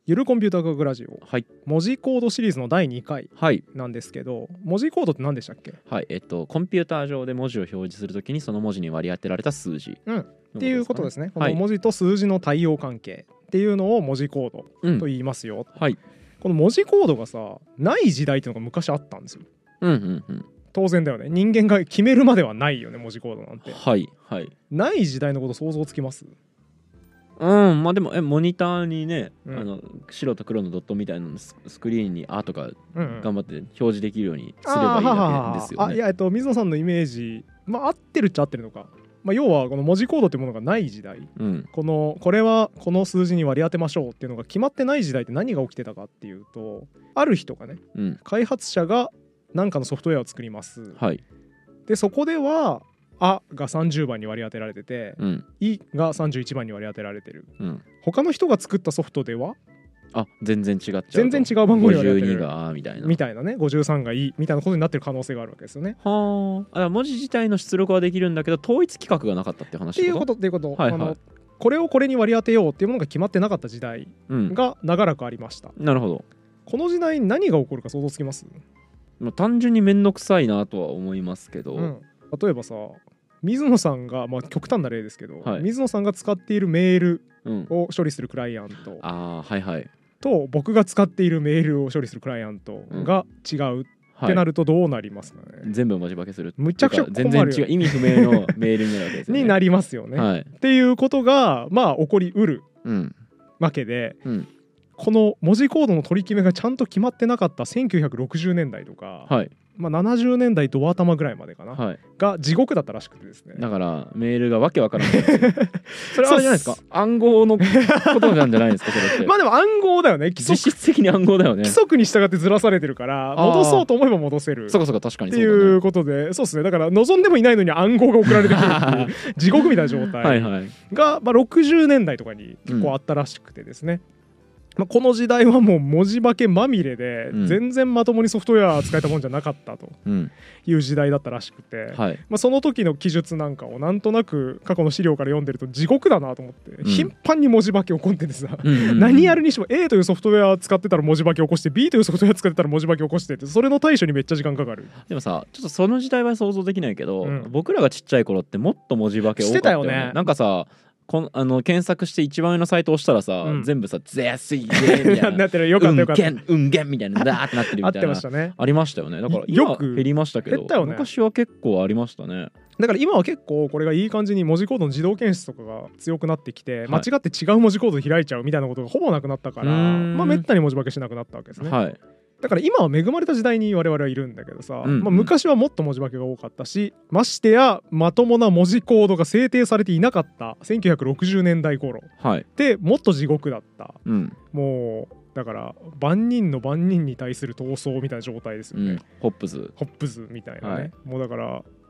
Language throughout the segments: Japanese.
ゆるコンピューター科学ラジオ、 はい、 文字コードシリーズの第2回なんですけど、文字コードって何でしたっけ？ はい、コンピューター上で文字を表示するときにその文字に割り当てられた数字、 っていうことですね。こはいの文字と数字の対応関係っていうのを文字コードと言いますよ、 はい、 この文字コードがさない時代っていうのが昔あったんですよ。当然だよね。人間が決めるまではないよね、文字コードなんて。 はいはい。 ない時代のこと想像つきます？ まあでもモニターにね、白と黒のドットみたいなのスクリーンに「あ」とか頑張って表示できるようにすればいいだけですよね。 いや水野さんのイメージ合ってるっちゃ合ってるのか。要はこの文字コードっていうものがない時代、これはこの数字に割り当てましょうっていうのが決まってない時代って何が起きてたかっていうと、ある人がね、開発者が何かのソフトウェアを作ります、でそこではあが30番に割り当てられてて、いが31番に割り当てられてる、他の人が作ったソフトでは全然違っちゃう、 全然違う番号に割り当てる、 52があみたいなね、53がいいみたいなことになってる可能性があるわけですよね。 文字自体の出力はできるんだけど統一規格がなかったって話っていうことこれをこれに割り当てようっていうものが決まってなかった時代が長らくありました。 なるほど。 この時代に何が起こるか想像つきます？ 単純に面倒くさいなとは思いますけど、 例えばさ、水野さんが、極端な例ですけど、水野さんが使っているメールを処理するクライアント、と僕が使っているメールを処理するクライアントが違うってなるとどうなりますかね？ 全部文字化けする。 むちゃくちゃ困る。 全然違う意味不明のメールになるわけですよね。 になりますよね。っていうことが起こりうるわけで、この文字コードの取り決めがちゃんと決まってなかった1960年代とか、70年代ドア頭ぐらいまでかな、が地獄だったらしくてですね。 だからメールがわけわからない。それはあれじゃないですか、暗号のことなんじゃないですか、それって。でも暗号だよね。 実質的に暗号だよね。 規則に従ってずらされてるから戻そうと思えば戻せる。 そうか確かにっていうことで、そうですね。だから望んでもいないのに暗号が送られてくるっていう地獄みたいな状態が60年代とかに結構あったらしくてですね。この時代はもう文字化けまみれで、全然まともにソフトウェア使えたもんじゃなかったという時代だったらしくて、その時の記述なんかをなんとなく過去の資料から読んでると地獄だなと思って、頻繁に文字化け起こっててさ、何やるにしても A というソフトウェア使ってたら文字化け起こして B というソフトウェア使ってたら文字化け起こしてって、それの対処にめっちゃ時間かかる。 でもさ、ちょっとその時代は想像できないけど、僕らがちっちゃい頃ってもっと文字化け多かったよね。なんかさ、検索して一番上のサイトを押したらさ、全部さ「ぜすいぜ」みたいななってる。よかったよかった。 うんげんみたいなダーってなってるみたいなありましたよね。だから今減りましたけど、昔は結構ありましたね。 だから今は結構これがいい感じに文字コードの自動検出とかが強くなってきて、間違って違う文字コード開いちゃうみたいなことがほぼなくなったから、めったに文字化けしなくなったわけですね。だから今は恵まれた時代に我々はいるんだけどさ、昔はもっと文字化けが多かったし、ましてやまともな文字コードが制定されていなかった1960年代頃でもっと地獄だった、もうだから万人の万人に対する闘争みたいな状態ですよね。 ホップズみたいなね、もうだから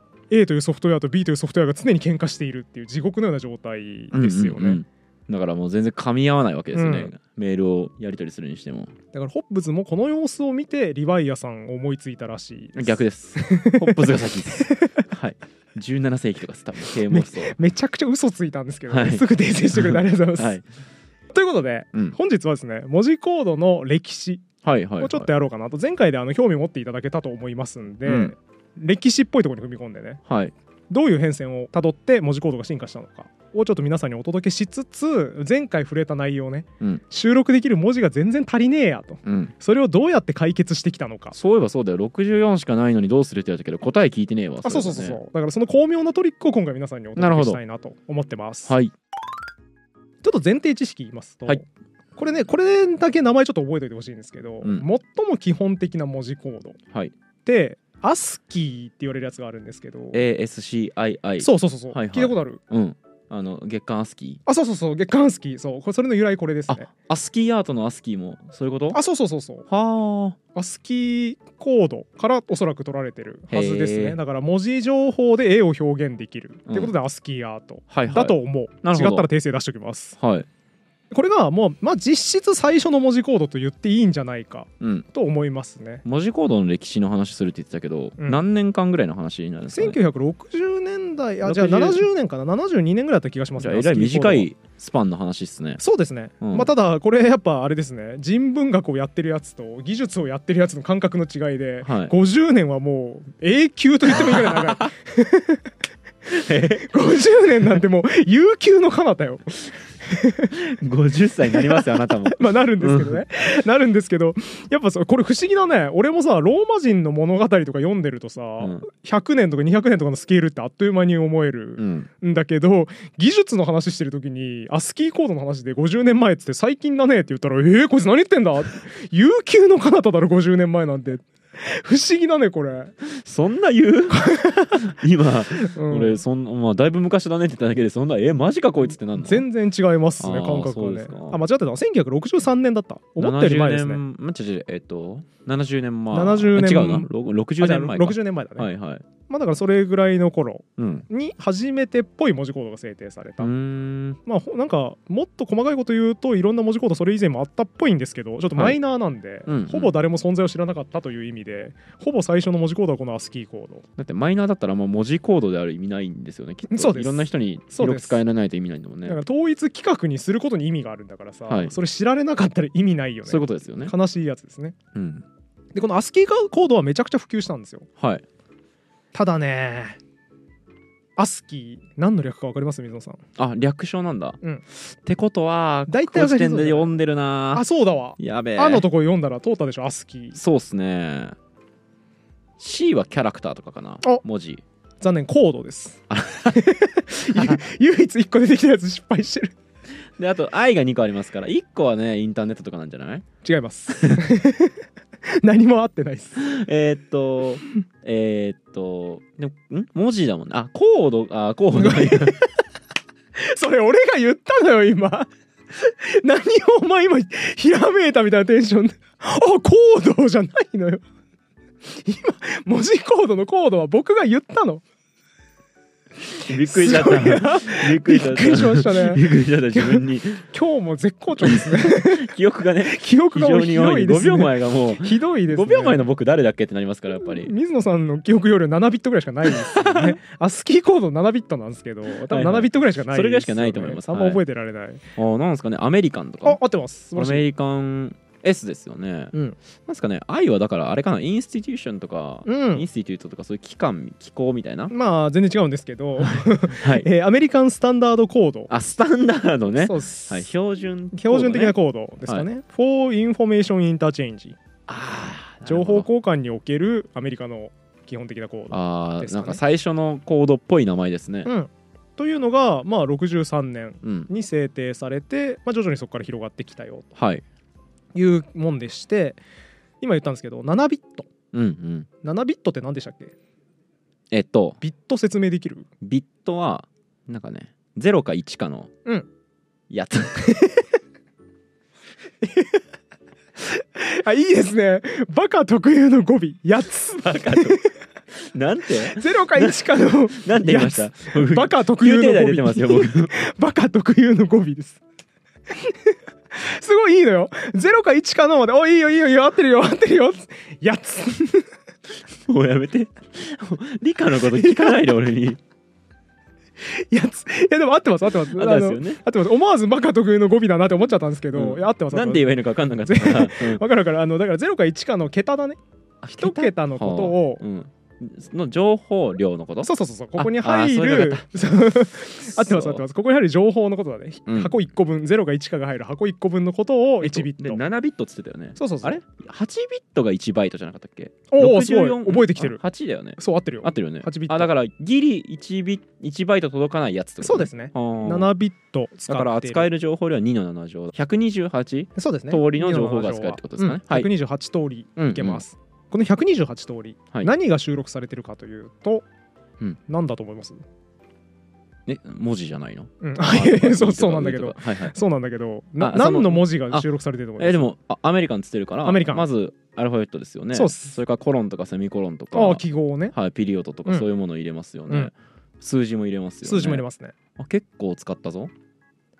A というソフトウェアと B というソフトウェアが常に喧嘩しているっていう地獄のような状態ですよね。 だからもう全然噛み合わないわけですよね、メールをやり取りするにしても。 だからホップズもこの様子を見てリヴァイアさんを思いついたらしいです。 逆です。ホップズが先です。17世紀とか多分啓蒙思想めちゃくちゃ嘘ついたんですけど、すぐ訂正してくれてありがとうございます。ということで、本日はですね、文字コードの歴史をちょっとやろうかなと。前回で興味を持っていただけたと思いますんで、歴史っぽいところに踏み込んでね、どういう変遷をたどって文字コードが進化したのかをちょっと皆さんにお届けしつつ、前回触れた内容ね、収録できる文字が全然足りねえやと、それをどうやって解決してきたのか。 そういえばそうだよ、64しかないのにどうするって言ったけど答え聞いてねえわ。 そうだからその巧妙なトリックを今回皆さんにお届けしたいなと思ってます。ちょっと前提知識言いますと、これだけ名前ちょっと覚えておいてほしいんですけど、最も基本的な文字コードってASCII って言われるやつがあるんですけど、 ASCII。 そう聞いたことある？ 月刊アスキー。そう月刊アスキー。それの由来これですね。 アスキーアートのアスキーもそういうこと？ そうはあ。アスキーコードからおそらく取られてるはずですね。だから文字情報で絵を表現できるってことでアスキーアートだと思う。違ったら訂正出しておきます。 これがもう、まあ、実質最初の文字コードと言っていいんじゃないかと思いますね。 文字コードの歴史の話するって言ってたけど、何年間ぐらいの話になるんですかね。 1960年代、じゃあ70年かな、72年ぐらいだった気がしますね。 じゃあえらい短いスパンの話っすね。 そうですね、まあ、ただこれやっぱあれですね、人文学をやってるやつと技術をやってるやつの感覚の違いで、50年はもう永久と言ってもいいぐらい長い50年なんてもう悠久の彼方よ 50歳になりますよあなたもまあなるんですけどねなるんですけど、やっぱこれ不思議だね。俺もさローマ人の物語とか読んでるとさ、100年とか200年とかのスケールってあっという間に思えるんだけど、技術の話してる時にアスキーコードの話で50年前っつって最近だねって言ったらこいつ何言ってんだ悠久の彼方だろ50年前なんて不思議だねこれ。 そんな言う今、俺まあ、だいぶ昔だねって言っただけでそんなマジかこいつってなんの。 全然違いますね感覚はね。間違ってた。1963年だった。思ったより前ですね。 70年前。 70年違うな60年前か。 60年前だね。 はいはい。 まあだからそれぐらいの頃に初めてっぽい文字コードが制定された。まあなんかもっと細かいこと言うといろんな文字コードそれ以前もあったっぽいんですけど、ちょっとマイナーなんで、ほぼ誰も存在を知らなかったという意味で、ほぼ最初の文字コードはこのアスキーコードだってマイナーだったらもう文字コードである意味ないんですよねきっと。そうです。いろんな人に広く使えないと意味ないんだもんね。 だから統一規格にすることに意味があるんだからさ、それ知られなかったら意味ないよね。 そういうことですよね。 悲しいやつですね。でこのアスキーコードはめちゃくちゃ普及したんですよ。ただね、アスキー何の略か分かります？水野さん。 あ、略称なんだ。ってことは大体時点で読んでるな。 あ、そうだわ。 やべえ。 あのとこ読んだら通ったでしょ、アスキー。 そうっすね。C はキャラクターとかかな。文字。 残念、コードです。唯一1個出てきたやつ失敗してる。 であと I が2個ありますから、1個はねインターネットとかなんじゃない？ 違います何も合ってないです。 でも文字だもんね。あ、コードそれ俺が言ったのよ今何をお前今ひらめいたみたいなテンションでコードじゃないのよ今文字コードのコードは僕が言ったの。 びっくりしちゃった。びっくりしましたね。 びっくりしちゃった自分に。 今日も絶好調ですね。 記憶がね、 記憶がもうひどいですね。 5秒前がもうひどいですね。 5秒前の僕誰だっけってなりますからやっぱり。 水野さんの記憶容量7ビットぐらいしかないですよね。アスキーコード7ビットなんですけど、多分7ビットぐらいしかないですよね。 それぐらいしかないと思います。 あんま覚えてられない。 なんですかね、アメリカンとか。 合ってます。 アメリカン。S ですよね。なんですかね、I はだからあれかな、インスティテューションとか、インスティテュートとかそういう機関、機構みたいな。 まあ全然違うんですけど、アメリカンスタンダードコード。 あ、スタンダードね。 そうです。 標準的なコードですかね。For Information Interchange。情報交換におけるアメリカの基本的なコードですかね。 なんか最初のコードっぽい名前ですね。 というのがまあ63年に制定されて、徐々にそこから広がってきたよと。いうもんでして、今言ったんですけど7ビット、7ビットって何でしたっけ？ビット説明できる？ ビットはなんかね0か1かのやつ、 あ、いいですね。バカ特有の語尾やつ。 バカなんて 0か1かのなんて言いました？ バカ特有の語尾。 出てますよ僕。 バカ特有の語尾です。すごいいいのよ。0か1かので、いいよいいよ合ってるよやつ。 もうやめて。理科のこと聞かないで俺に。 やつ。いやでも合ってます。合ってます。思わずバカ特有の語尾だなって思っちゃったんですけど、合ってます。 なんで言えばいいのか分かんなかったから。 分かるから、だから0か1かの桁だね。1桁のことをの情報量のこと。 そうここに入る合ってますここに入る情報のことだね。箱1個分、0か1かが入る箱1個分のことを1ビット。 7ビットっつってたよね。 そうあれ8ビットが1バイトじゃなかったっけ？ おお、すごい覚えてきてる。 8だよね。 そう、合ってるよね。 8ビット。 だからギリ1バイト届かないやつってこと？ そうですね。7ビットだから扱える情報量は2の7乗、128 そうですね。 通りの情報が扱えるってことですかね。 128通りいけます。この128通り、何が収録されてるかというと、何だと思います？ 文字じゃないの？ そうなんだけど、そうなんだけど、何の文字が収録されてると思います？ でもアメリカンつってるから、まずアルファベットですよね。それからコロンとかセミコロンとか、 記号ね、 ピリオドとかそういうものを入れますよね。数字も入れますよね。 数字も入れますね。 結構使ったぞ。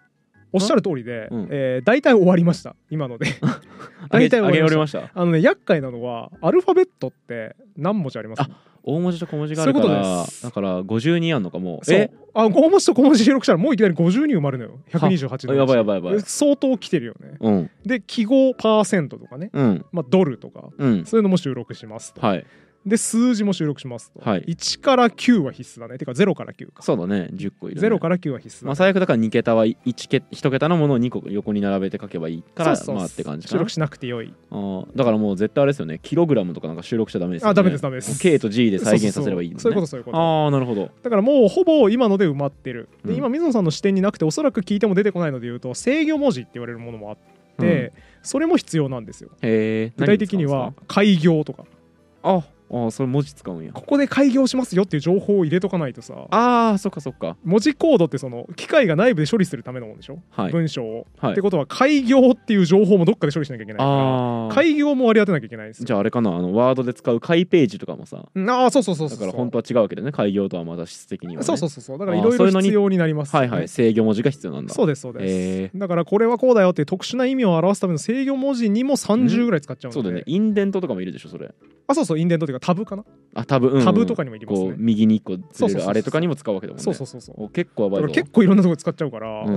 おっしゃる通りで、大体終わりました今ので大体終わりました。厄介なのはアルファベットって何文字あります？ 大文字と小文字があるから、だから52あんのかも。 大文字と小文字収録したらもういきなり52埋まるのよ。128の。 やばいやばいやばい。 相当来てるよね。で記号パーセントとかね、ドルとか、そういうのも収録しますと。で数字も収録しますと、1から9は必須だね。てか0から9か。 そうだね、10個いる、ね、 0から9は必須だ、ね。 最悪だから2桁は1桁のものを2個横に並べて書けばいいから、まあって感じかな。 収録しなくてよい。 だからもう絶対あれですよね、キログラムとかなんか収録しちゃダメですよね。 ダメですダメです。 K と G で再現させればいい、ね、 そういうことそういうこと。 なるほど。 だからもうほぼ今ので埋まってる。で今水野さんの視点になくておそらく聞いても出てこないので言うと制御文字って言われるものもあって、それも必要なんですよ。具体的には開業とか。 それ文字使うんや。 ここで開業しますよっていう情報を入れとかないとさ。 そっかそっか。 文字コードってその機械が内部で処理するためのものでしょ、文章を、ってことは開業っていう情報もどっかで処理しなきゃいけないから開業も割り当てなきゃいけないんですよ。 じゃああれかな、ワードで使う開ページとかもさ。 そうだから本当は違うわけでね、開業とはまた質的には、ね、 そうだからいろいろ必要になります、 ね、制御文字が必要なんだ。 そうですだからこれはこうだよっていう特殊な意味を表すための制御文字にも30ぐらい使っちゃうんで。 そうだね、インデントとかもいるでしょそれ。 そうインデントというかタブかな。 タブとかにもいりますね。 右に1個ずれるあれとかにも使うわけだもんね。 そう結構やばいぞ。 結構いろんなところ使っちゃうから、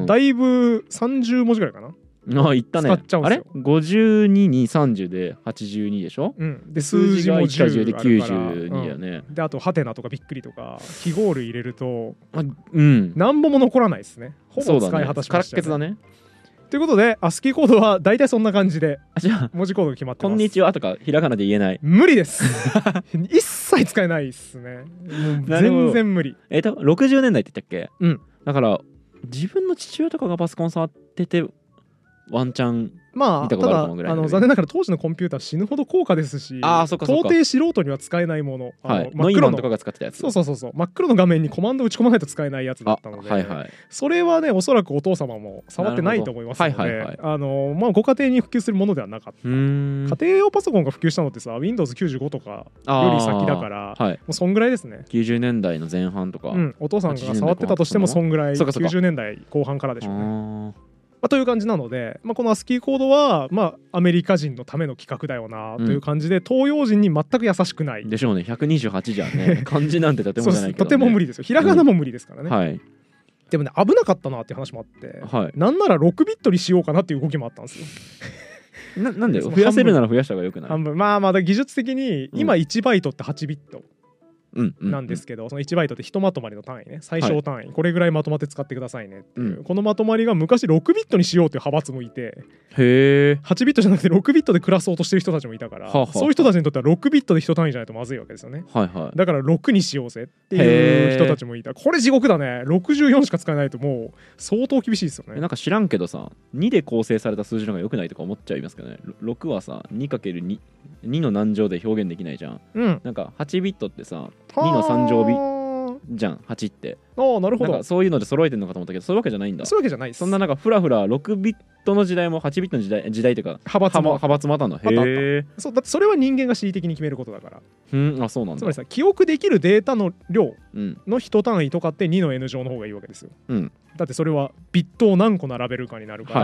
だいぶ30文字ぐらいかな。 いったね。 使っちゃうんですよ。 あれ52に30で82でしょ。 で数字も10 で92だよね。 であとハテナとかびっくりとか記号類入れると何本も残らないですね。ほぼ使い果たしましたね。 空っけつだね。 ということでアスキーコードは大体そんな感じで文字コードが決まってます。 こんにちはとかひらがなで言えない。 無理です一切使えないですね。全然無理。 60年代って言ったっけ。だから自分の父親とかがパソコン触っててワンチャン見たことあるかもぐらい、 残念ながら当時のコンピューター死ぬほど高価ですし、到底素人には使えないもの、 ノイマンとかが使ってたやつ。 そう真っ黒の画面にコマンド打ち込まないと使えないやつだったので、それはねおそらくお父様も触ってないと思いますので、ご家庭に普及するものではなかった。家庭用パソコンが普及したのってさ Windows95 とかより先だから、もうそんぐらいですね。 90年代の前半とか、 お父さんが触ってたとしてもそんぐらい90年代後半からでしょうね。という感じなので、このアスキーコードは、アメリカ人のための企画だよなという感じで、東洋人に全く優しくないでしょうね。128じゃんね漢字なんてとてもじゃないけど、ね、 とても無理ですよ。ひらがなも無理ですからね、でもね危なかったなっていう話もあって、なんなら6ビットにしようかなっていう動きもあったんですよ。 なんで増やせるなら増やした方がよくない？ 半分だ技術的に今1バイトって8ビットなんですけど、その1バイトってひとまとまりの単位ね、最小単位、これぐらいまとまって使ってくださいねっていう、このまとまりが昔6ビットにしようっていう派閥もいて、8ビットじゃなくて6ビットで暮らそうとしてる人たちもいたから、そういう人たちにとっては6ビットで1単位じゃないとまずいわけですよね。だから6にしようぜっていう人たちもいた。これ地獄だね。64しか使えないともう相当厳しいですよね。 なんか知らんけどさ、2で構成された数字の方が良くないとか思っちゃいますけどね。6はさ 2×2 の何乗で表現できないじゃん。なんか8ビットってさ2の3乗じゃん8って。 なるほど。 そういうので揃えてるのかと思ったけど、そういうわけじゃないんだ。 そういうわけじゃないです。 そんななんかフラフラ6ビットの時代も8ビットの時代というか派閥もあったの。 そうだってそれは人間が恣意的に決めることだから。 そうなんだ。 つまりさ、記憶できるデータの量の一単位とかって2の N 乗の方がいいわけですよ。だってそれはビットを何個並べるかになるから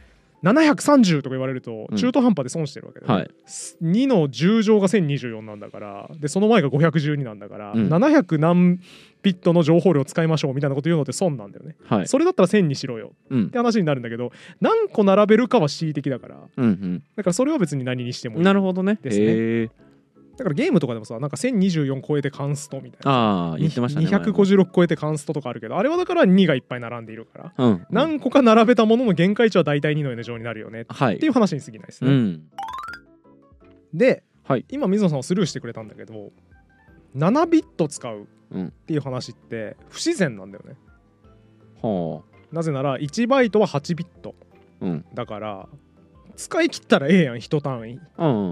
、730とか言われると中途半端で損してるわけで、2の10乗が1024なんだから、でその前が512なんだから、700何ビットの情報量を使いましょうみたいなこと言うのって損なんだよね。それだったら1000にしろよって話になるんだけど、何個並べるかは恣意的だから、だからそれは別に何にしてもいいですね。 なるほどね。 だからゲームとかでもさ、なんか1024超えてカンストみたいな、 言ってましたね。 256超えてカンストとかあるけど、あれはだから2がいっぱい並んでいるから、何個か並べたものの限界値は大体2の N 乗になるよねっていう話に過ぎないですね。で、今水野さんはスルーしてくれたんだけど、7ビット使うっていう話って不自然なんだよね。なぜなら1バイトは8ビットだから、使い切ったらええやん1単位。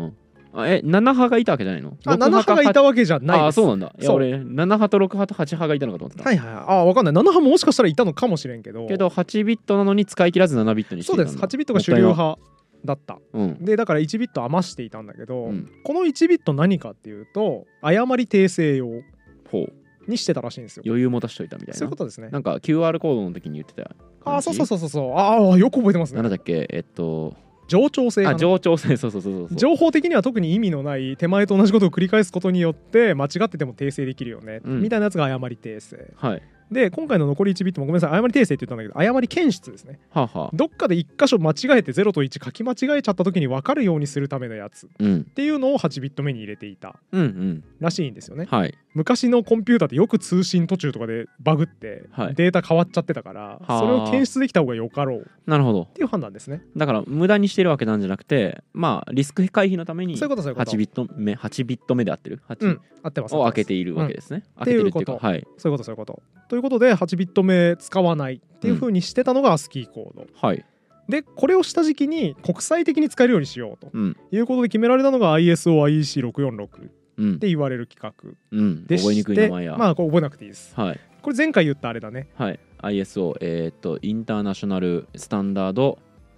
7派がいたわけじゃないの？7 派がいたわけじゃないです。 そうなんだ。いや俺7派と6派と8派がいたのかと思ってた。 分かんない。7派ももしかしたらいたのかもしれんけど 8ビットなのに使い切らず7ビットにしていたんだ。 そうです。8ビットが主流派だった、でだから1ビット余していたんだけど、この1ビット何かっていうと誤り訂正用にしてたらしいんですよ。 余裕持たしといたみたいな。 そういうことですね。 なんか QR コードの時に言ってたあ、そうああ、よく覚えてますね。 なんだっけ、 冗長性かな。 冗長性、そう。 情報的には特に意味のない手前と同じことを繰り返すことによって間違ってても訂正できるよね、みたいなやつが誤り訂正。はい。で今回の残り1ビットもごめんなさい、誤り訂正って言ったんだけど誤り検出ですね。はあはあ、どっかで1箇所間違えて0と1書き間違えちゃった時に分かるようにするためのやつ、っていうのを8ビット目に入れていたらしいんですよね。はい、昔のコンピューターってよく通信途中とかでバグってデータ変わっちゃってたから、それを検出できた方がよかろうっていう判断ですね。 だから無駄にしてるわけなんじゃなくて、まあリスク回避のために8ビット目で合ってる8、合ってます、を開けているわけですね。開けてるっていうか、はい、そういうことということで8ビット目使わないっていう風にしてたのがASCIIコード、はい、でこれをした時期に国際的に使えるようにしようということで決められたのが ISO/IEC646 って言われる規格でして、 覚えにくい名前や、 まあこれ覚えなくていいです、はい、これ前回言ったあれだね、 はい、ISO、インターナショナルスタンダード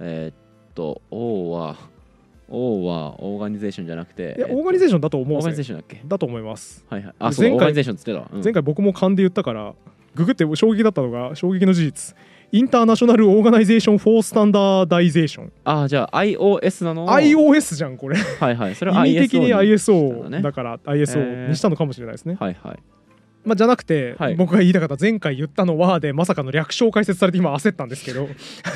O はオーガニゼーションじゃなくて、 いやオーガニゼーションだと思う。 オーガニゼーションだっけ？ だと思います。 はいはい。あ、そう、オーガニゼーションつってた。 前回僕も勘で言ったからググって衝撃だったのが衝撃の事実。インターナショナルオーガナイゼーションフォースタンダーダイゼーション。 あ、じゃあ iOS なの？ iOS じゃんこれ。 はいはい。それは ISO 意味的に ISO だから ISO にしたのかもしれないですね。はいはい。まあ、じゃなくて、はい、僕が言いたかった前回言ったのはでまさかの略称解説されて今焦ったんですけど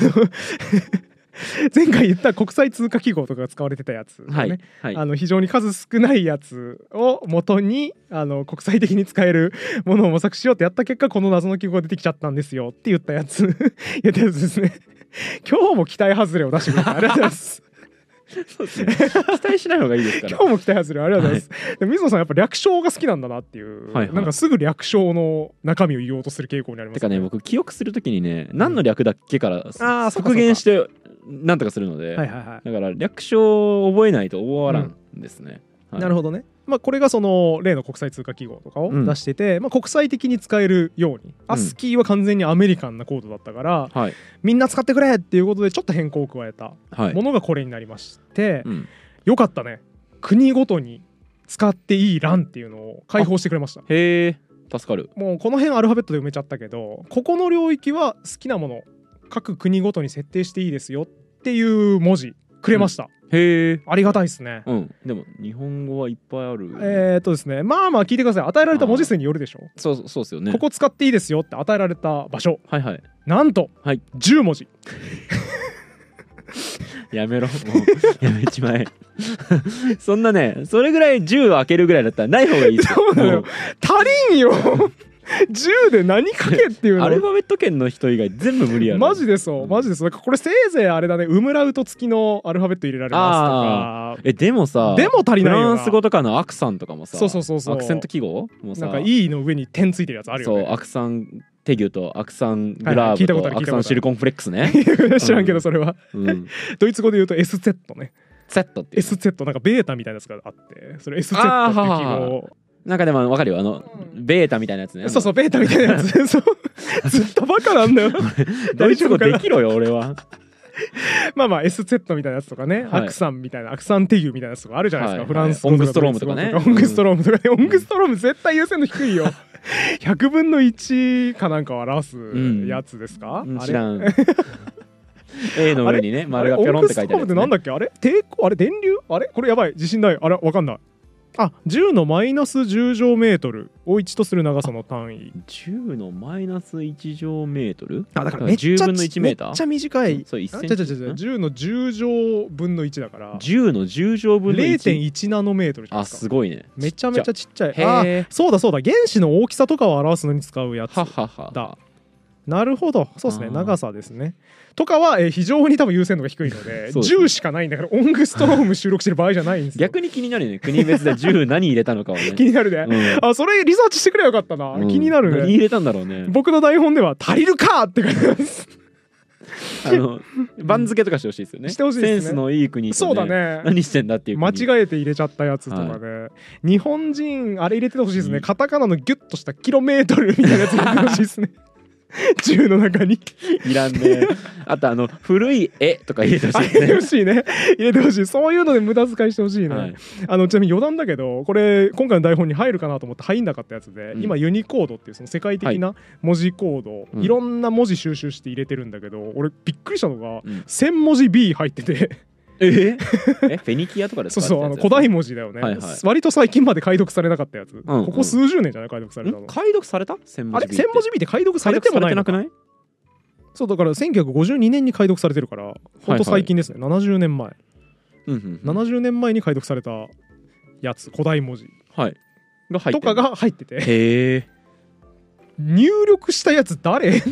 前回言った国際通貨記号とかが使われてたやつ、ね、はいはい、非常に数少ないやつを元に国際的に使えるものを模索しようってやった結果この謎の記号が出てきちゃったんですよって言ったやつ言ったやつですね。今日も期待外れを出してくれてありがとうございます。 そうですね、期待しない方がいいですから今日も期待外れありがとうございます、はい、で水野さんやっぱ略称が好きなんだなっていう、はいはい、なんかすぐ略称の中身を言おうとする傾向にありますね。 てかね、僕記憶するときにね何の略だっけから復元してなんとかするので、はいはいはい、だから略称を覚えないと終わらんですね、 はい、なるほどね。まあ、これがその例の国際通貨記号とかを出してて、まあ、国際的に使えるように、ASCII は完全にアメリカンなコードだったから、はい、みんな使ってくれっていうことでちょっと変更を加えたものがこれになりまして、よかったね。国ごとに使っていい欄っていうのを開放してくれました。 へえ、助かる。 もうこの辺アルファベットで埋めちゃったけど、ここの領域は好きなもの各国ごとに設定していいですよっていう文字くれました、へえ、ありがたいですね、 でも日本語はいっぱいある。 ですね、まあまあ聞いてください。与えられた文字数によるでしょ。 そうですよね。 ここ使っていいですよって与えられた場所、 はいはい、 なんと、はい、10文字やめろ、もうやめちまえそんなね、それぐらい10を開けるぐらいだったらない方がいいですよ。 そうだよ、足りんよ10で何書けっていうの。 アルファベット圏の人以外全部無理やろ。 マジでそう、マジでそう。これせいぜいあれだね、ウムラウト付きのアルファベット入れられますとか。 でもさ、 でも足りないよな。 フランス語とかのアクサンとかもさ、 そうアクセント記号もさ、 なんか E の上に点ついてるやつあるよね。 そう、アクサンテギュとアクサングラーブとアクサンシルコンフレックスね。 知らんけどそれはドイツ語で言うと SZ ね。 Z って SZ なんかベータみたいなやつがあって、それ SZ って記号。 なんかでも分かるよ、ベータみたいなやつね。 そうそう、ベータみたいなやつそうずっとバカなんだよドイツ語できろよ俺はまあまあ SZ みたいなやつとかね、アクサンみたいな、アクサンテギュみたいなやつとかあるじゃないですか、フランス語とか。 オングストロームとかね。 オングストロームとかね、オングストローム絶対優先度低いよ100分の1かなんかを表すやつですか、 知らんA の上にね丸がピョロンって書いてあるやつね。オングストロームってなんだっけ、あれ抵抗、あれ電流、あれこれやばい、自信ない、あれわかんない。あ、10のマイナス10乗メートルを1とする長さの単位。 10のマイナス1乗メートル？ あ、だからめっちゃ 10分の1メーター？ めっちゃ短い。 そう、1センチ。 10の10乗分の1だから。 10の10乗分の1。 0.1 ナノメートルじゃないですか。 あ、すごいね。 めちゃめちゃちっちゃい。あ、そうだそうだ。原子の大きさとかを表すのに使うやつだ。なるほど、そうですね、長さですねとかは、非常に多分優先度が低いので10しかないんだからオングストローム収録してる場合じゃないんですよ。 逆に気になるね、国別で10何入れたのかはね気になるね、あ、それリサーチしてくればよかったな、気になるね。 何入れたんだろうね。 僕の台本では足りるかって書いてます番付とかしてほしいですよね。 してほしいですね。 センスのいい国とね、 そうだね、 何してんだっていう国間違えて入れちゃったやつとかね、日本人あれ入れてほしいですね、カタカナのギュッとしたキロメートルみたいなやつ入れてほしいですね銃の中にいらんね。あと古い絵とか入れてほしい入れてほしいね。入れてほしい。そういうので無駄遣いしてほしいね、 はい、 ちなみに余談だけど、これ今回の台本に入るかなと思って入んなかったやつで、今ユニコードっていうその世界的な文字コード、いろんな文字収集して入れてるんだけど、俺びっくりしたのが、1000文字 B 入っててフェニキアとかですか？ そう古代文字だよね、割と最近まで解読されなかったやつ、ここ数十年じゃない解読されたの。 解読された？1000文字 B って。 あれ1000文字 B って解読されてもないのか？そうだから1952年に解読されてるからほんと最近ですね、70年前、70年前に解読されたやつ、古代文字とかが入ってて、 へえ。 入力したやつ誰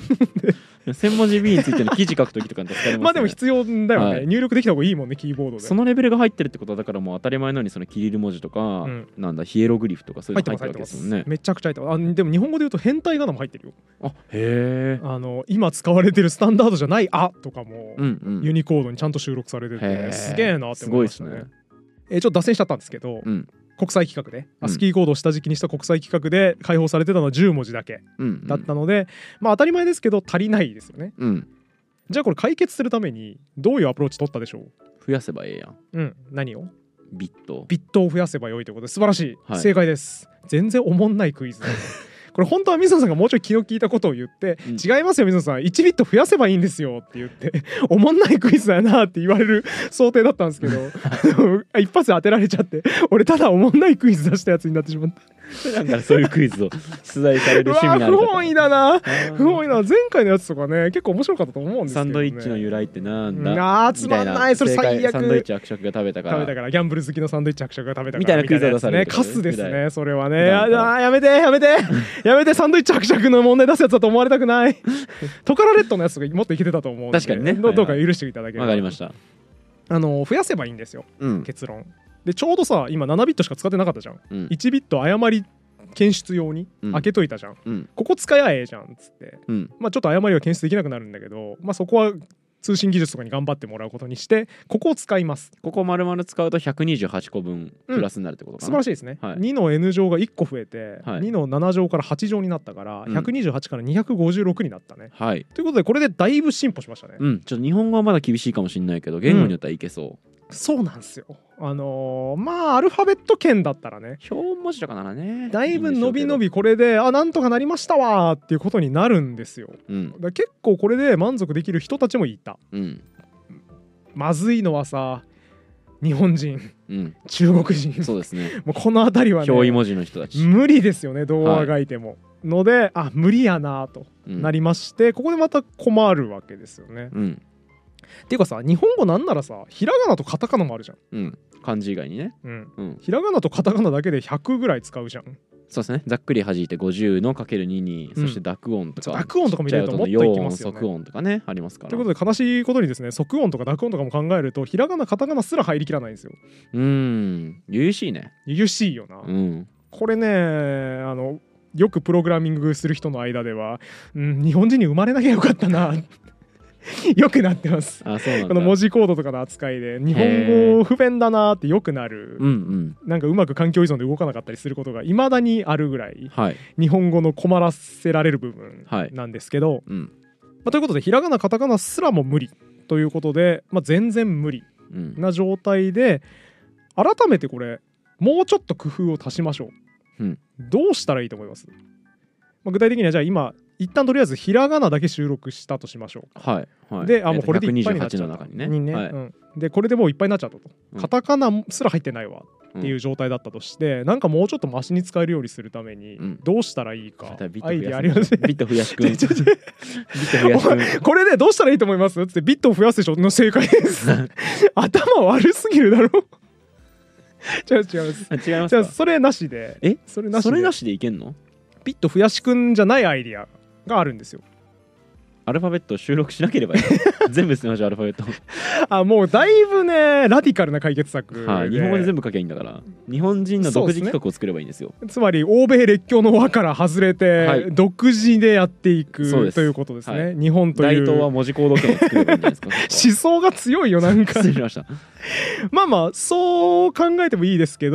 1000文字 B についての記事書くときとかに助かりますね。 まあでも必要だよね、入力できた方がいいもんね、キーボードで。 そのレベルが入ってるってことは、だからもう当たり前のようにそのキリル文字とか、なんだヒエログリフとかそういうの入ってるわけですもんね。 めちゃくちゃ入ってます。でも日本語で言うと変体仮名も入ってるよ。 へえ。 今使われてるスタンダードじゃない「あ」とかもユニコードにちゃんと収録されてて、すげえなって思いましたね。ちょっと脱線しちゃったんですけど、国際規格でアスキーコードを下敷きにした国際規格で開放されてたのは10文字だけだったので、まあ当たり前ですけど足りないですよね。じゃあこれ解決するためにどういうアプローチ取ったでしょう？ 増やせばええやん。 何を？ ビットを増やせばよいということで、素晴らしい、正解です。全然おもんないクイズだこれ本当は水野さんがもうちょい気の利いたことを言って、違いますよ水野さん、1ビット増やせばいいんですよって言っておもんないクイズだなって言われる想定だったんですけど一発で当てられちゃって、俺ただおもんないクイズ出したやつになってしまった。 だからそういうクイズを出題される趣味なのか。 不本意だな、不本意な。前回のやつとかね結構面白かったと思うんですけど、ね、 サンドイッチの由来ってなんだ、 つまんない、それ最悪。 サンドイッチ伯爵が食べたからギャンブル好きのサンドイッチ伯爵が食べたからみたいなクイズを出される、 カスですねそれはね。やめてやめてサンドイッチ伯爵の問題出すやつだと思われたくないトカラレッドのやつとかもっといけてたと思うんで、 確かにね、 どうか許していただければ。 わかりました。 増やせばいいんですよ、結論で。ちょうどさ今7ビットしか使ってなかったじゃん、1ビット誤り検出用に開けといたじゃん、ここ使えばええじゃんっつって、まあちょっと誤りは検出できなくなるんだけど、まあそこは通信技術とかに頑張ってもらうことにしてここを使います。 ここ丸々使うと128個分プラスになるってことかな、 素晴らしいですね、2の N 乗が1個増えて、2の7乗から8乗になったから、128から256になったね、ということでこれでだいぶ進歩しましたね。 ちょっと日本語はまだ厳しいかもしれないけど言語によってはいけそう、 そうなんですよ。まあアルファベット圏だったらね、 表文字とかならねだいぶ伸びこれでなんとかなりましたわっていうことになるんですよ、だ結構これで満足できる人たちもいた、まずいのはさ日本人、中国人、 そうですねもうこの辺りはね表意文字の人たち無理ですよね、どうあがいても、ので無理やなとなりまして、ここでまた困るわけですよね、っていうかさ、日本語なんならさひらがなとカタカナもあるじゃん、 漢字以外にね、 ひらがなとカタカナだけで100ぐらい使うじゃん。 そうですね、ざっくり弾いて50のかける2に、そして濁音とか濁音とか見れるともっといきますよね。 即音とかねありますから。 ということで悲しいことにですね、即音とか濁音とかも考えるとひらがなカタカナすら入りきらないんですよ。 悠々しいね。 悠々しいよな、これねよくプログラミングする人の間では、日本人に生まれなきゃよかったなよくなってます。この文字コードとかの扱いで日本語不便だなってよくなる、なんかうまく環境依存で動かなかったりすることがいまだにあるぐらい、日本語の困らせられる部分なんですけど、ということでひらがなカタカナすらも無理ということで、全然無理な状態で、改めてこれもうちょっと工夫を足しましょう、どうしたらいいと思います？具体的にはじゃあ今一旦とりあえずひらがなだけ収録したとしましょう。でもうこれでいっぱいになっちゃったでこれでもういっぱいになっちゃったと、カタカナすら入ってないわっていう状態だったとして、なんかもうちょっとマシに使えるようにするためにどうしたらいいか、アイディアありますね。 ビット増やしくんこれでどうしたらいいと思いますってビットを増やすでしょの正解です頭悪すぎるだろ違います。それなしでそれなしでいけんの？ ビット増やしくんじゃないアイディアがあるんですよ。 アルファベットを収録しなければいい全部捨てましょう、アルファベットもうだいぶねラディカルな解決策で、 日本語で全部書けばいいんだから、日本人の独自企画を作ればいいんですよ。 つまり欧米列強の輪から外れて、独自でやっていくということですね、日本という。 大東は文字コード圏を作ればいいんじゃないですか思想が強いよなんか失礼しましたそう考えてもいいですけど、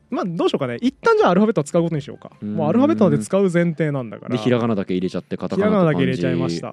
まあどうしようかね、一旦じゃあアルファベットは使うことにしようか。もうアルファベットまで使う前提なんだから。 でひらがなだけ入れちゃってカタひカナと漢字。 らがなだけ入れちゃいました。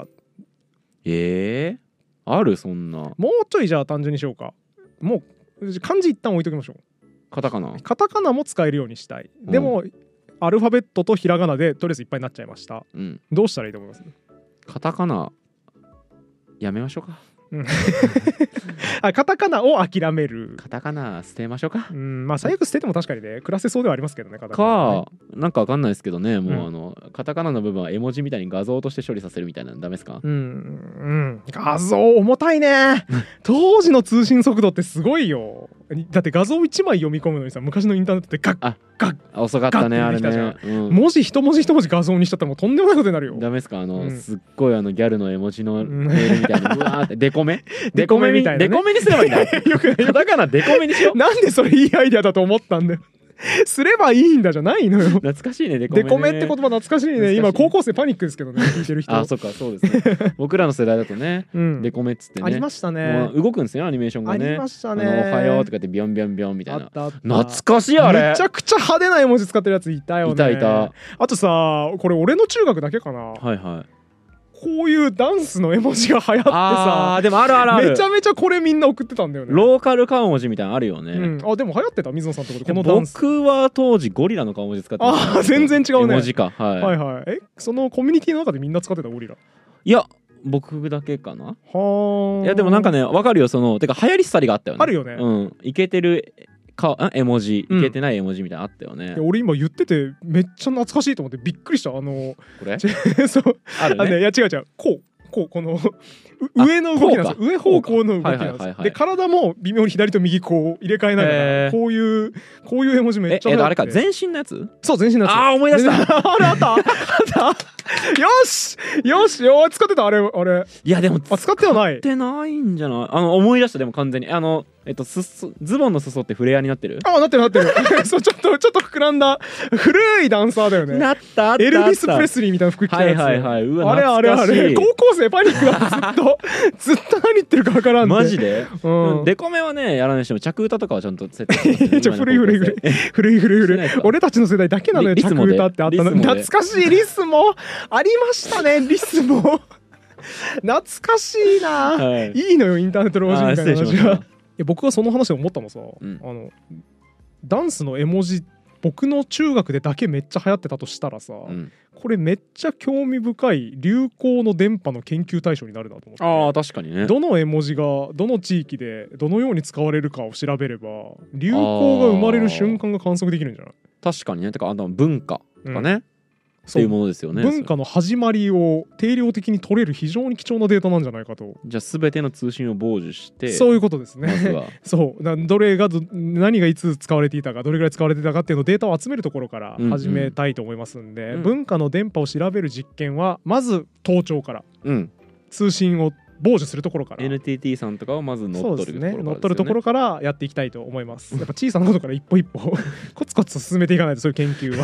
あるそんな。 もうちょいじゃあ単純にしようか。もう漢字一旦置いときましょう。カタカナも使えるようにしたい。でも、アルファベットとひらがなでとりあえずいっぱいになっちゃいました。どうしたらいいと思います？カタカナやめましょうか。 カタカナを諦める。 カタカナ捨てましょうか。 まあ最悪捨てても確かにね暮らせそうではありますけどね。カタカナねなんかわかんないですけどね、もうカタカナの部分は絵文字みたいに画像として処理させるみたいなのダメですか？ 画像重たいね。当時の通信速度ってすごいよ。だって画像1枚読み込むのにさ、昔のインターネットってガッガッ遅かったねあれね。 文字一文字一文字画像にしちゃったらもうとんでもないことになるよ。 ダメですか？すっごいギャルの絵文字のメールみたいにうわーってデコメみたいな、デコメにすればいいんだ。よくカタカナデコメにしよう。 なんでそれいいアイデアだと思ったんだよ。すればいいんだじゃないのよ。 懐かしいね、デコメって言葉懐かしいね。今高校生パニックですけどね、聞いてる人。 そっか、そうですね。僕らの世代だとね、デコメっつってね、 ありましたね。 動くんですよアニメーションがね。 ありましたね。 おはようとかってビョンビョンビョンみたいな。懐かしいあれ。 めちゃくちゃ派手な絵文字使ってるやついたよね。 いた。 あとさ、これ俺の中学だけかな。 はいはい。 こういうダンスの絵文字が流行ってさ、 でもあるめちゃめちゃこれみんな送ってたんだよね。 ローカル顔文字みたいなのあるよね。 でも流行ってた水野さんってことこのダンス。 僕は当時ゴリラの顔文字使ってた。 全然違うね。 絵文字か。 はい。そのコミュニティの中でみんな使ってたゴリラ？ いや僕だけかな。いやでもなんかねわかるよ、てか流行り廃りがあったよね。 あるよね。 イケてる絵文字、いけてない絵文字みたいなのあったよね。 俺今言っててめっちゃ懐かしいと思ってびっくりした。これそうあるね。 いや違うこの上の動きなんですよ。上方向の動きなんですよ。で体も微妙に左と右こう入れ替えながらこういう絵文字めっちゃあれか全身のやつ？ そう全身のやつ。 思い出した。 あれあったよし使ってたあれ。 いやでも使ってはない。 使ってないんじゃない？思い出した。でも完全にズボンの裾ってフレアになってる？ なってるそうちょっと膨らんだ古いダンサーだよね。 なったエルヴィス・プレスリーみたいな服着てるやつ。あれ高校生パニックだったずっと何言ってるか分からん。 マジで？デコメはねやらないしても着歌とかはちゃんと設定してます。 古い。俺たちの世代だけなのよ着歌ってあったの。懐かしい。リスもありましたね。リスも懐かしいな。いいのよインターネットの文字みたいな話は。僕がその話で思ったのさ、ダンスの絵文字僕の中学でだけめっちゃ流行ってたとしたらさ、これめっちゃ興味深い流行の電波の研究対象になるなと思って。 確かにね。 どの絵文字がどの地域でどのように使われるかを調べれば流行が生まれる瞬間が観測できるんじゃない？ 確かにね。てか文化とかね、っていうものですよね。 文化の始まりを定量的に取れる非常に貴重なデータなんじゃないかと。 じゃあ全ての通信を傍受して、 そういうことですね。 まずはそうどれが何がいつ使われていたかどれぐらい使われていたかっていうのをデータを集めるところから始めたいと思いますんで、文化の電波を調べる実験はまず盗聴から、通信を傍受するところから NTT さんとかをまず乗っ取るところからやっていきたいと思います。やっぱ小さなことから一歩一歩コツコツ進めていかないとそういう研究は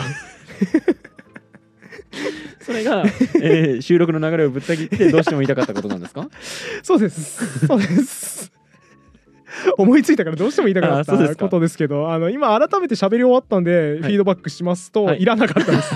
それが、収録の流れをぶった切ってどうしても言いたかったことなんですか？ そうです思いついたからどうしても言いたかったことですけど、今改めて喋り終わったんで、フィードバックしますと、いらなかったです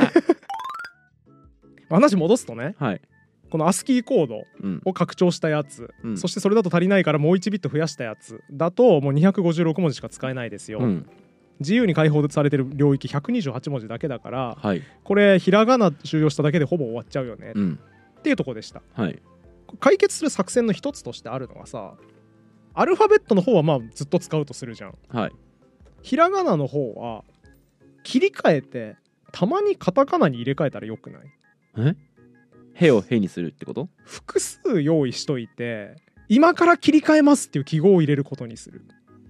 話戻すとね、この ASCII コードを拡張したやつ、そしてそれだと足りないからもう1ビット増やしたやつだともう256文字しか使えないですよ、自由に解放されてる領域128文字だけだから、これひらがな収容しただけでほぼ終わっちゃうよね、っていうところでした、解決する作戦の一つとしてあるのはさ、アルファベットの方はまあずっと使うとするじゃん、ひらがなの方は切り替えてたまにカタカナに入れ替えたらよくない？ へをへにするってこと？ 複数用意しといて今から切り替えますっていう記号を入れることにする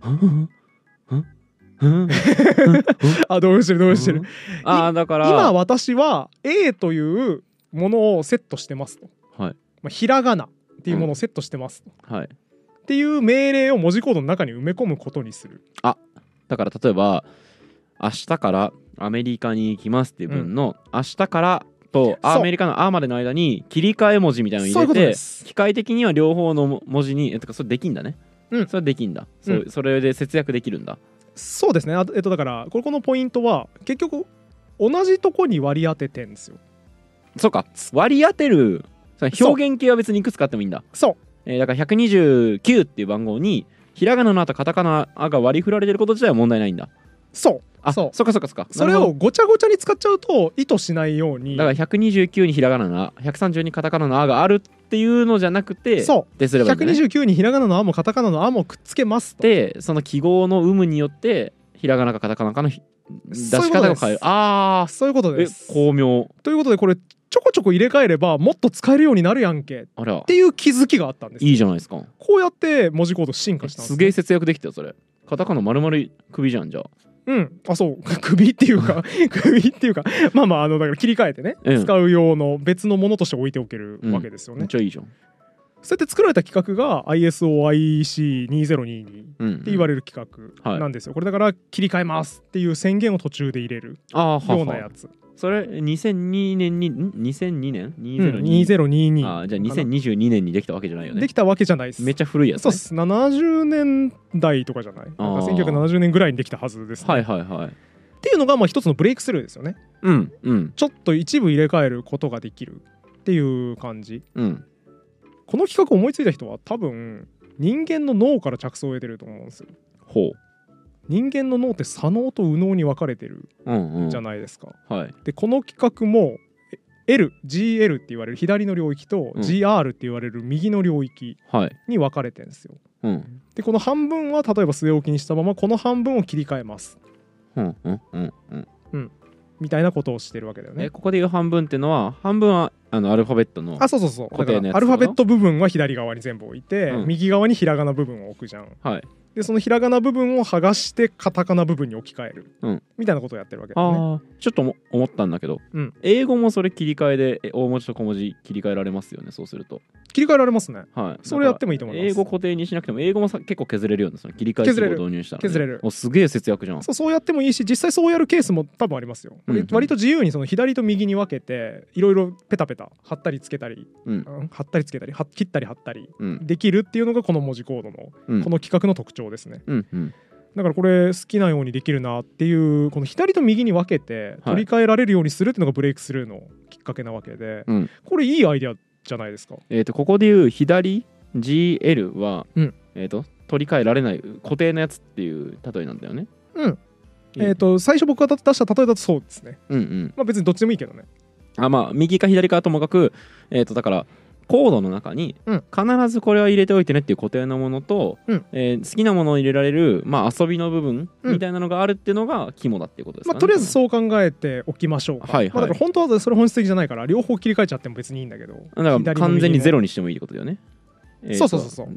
どうしてるだから今私は A というものをセットしてますと、ひらがなっていうものをセットしてますと、っていう命令を文字コードの中に埋め込むことにする。 だから例えば明日からアメリカに行きますっていう分の、明日からとアメリカの「あ」までの間に切り替え文字みたいなのを入れて、機械的には両方の文字にそれできんだね、それできんだ、それで節約できるんだ。 そうですね。だからこのポイントは結局同じとこに割り当ててんですよ。 そうか、割り当てる表現系は別にいくつかあってもいいんだ。 そう、 だから129っていう番号にひらがなの「あ」とカタカナの「あ」が割り振られてること自体は問題ないんだ。 そうあ、そうかそうかそうか。 それをごちゃごちゃに使っちゃうと意図しないように、 だから129にひらがなの「あ」130にカタカナの「あ」があるっていうのじゃなくて、 そうですればいいんだね。 129にひらがなの「あ」もカタカナの「あ」もくっつけますと。 でその記号の有無によってひらがなかカタカナかの出し方が変える。ああ、 そういうことです。 巧妙。 ということでこれちょこちょこ入れ替えればもっと使えるようになるやんけっていう気づきがあったんです。 いいじゃないですか。 こうやって文字コード進化したんです、ね。 すげえ節約できたよそれ。カタカナ丸々首じゃんじゃあ。 うん、あ、そう首っていうか首っていうかまあまあだから切り替えてね、使う用の別のものとして置いておけるわけですよね。 めっちゃいいじゃん。 そうやって作られた企画が ISO-IEC2022 って言われる企画なんですよ。これだから切り替えますっていう宣言を途中で入れるようなやつ。 それ2002年に2002年 2022、 あ、じゃあ2022年にできたわけじゃないよね。 できたわけじゃないです。 めっちゃ古いやつ、 そうです。70年代とかじゃない。なんか1970年ぐらいにできたはずですね。 はいはいはい。 っていうのがまあ一つのブレイクスルーですよね。 うんうん。 ちょっと一部入れ替えることができるっていう感じ。 うん。 この企画を思いついた人は多分人間の脳から着想を得てると思うんですよ。 ほう。 人間の脳って左脳と右脳に分かれてるじゃないですか。 はい、 でこの企画も GL って言われる左の領域と GR って言われる右の領域に分かれてるんですよ。でこの半分は例えば据え置きにしたままこの半分を切り替えます。みたいなことをしてるわけだよね。 ここでいう半分っていうのは半分はアルファベットの固定のやつ。 アルファベット部分は左側に全部置いて、右側にひらがな部分を置くじゃん。 はい。 でそのひらがな部分を剥がしてカタカナ部分に置き換える、みたいなことをやってるわけだね。 ちょっと思ったんだけど、英語もそれ切り替えで大文字と小文字切り替えられますよね。そうすると切り替えられますね。 はい。 それやってもいいと思います。 英語固定にしなくても英語も結構削れるようなその切り替えを導入したら、 削れる。 すげえ節約じゃん。 そうやってもいいし、実際そうやるケースも多分ありますよ。割と自由にその左と右に分けていろいろペタペタ貼ったりつけたり、貼ったりつけたり切ったり貼ったりできるっていうのがこの文字コードのこの企画の特徴ですね。だからこれ好きなようにできるなっていうこの左と右に分けて取り替えられるようにするっていうのがブレイクスルーのきっかけなわけで、これいいアイデアじゃないですか。 ここでいう左 GL は、取り替えられない固定のやつっていう例えなんだよね。 最初僕が出した例えだとそうですね。まあ別にどっちでもいいけどね。 まあ右か左かともかくだからコードの中に必ずこれは入れておいてねっていう固定のものと、好きなものを入れられる、遊びの部分みたいなのがあるっていうのが肝だっていうことですかね。 とりあえずそう考えておきましょうか。だから本当はそれ本質的じゃないから両方切り替えちゃっても別にいいんだけど、 だから完全にゼロにしてもいいってことだよね。 そう、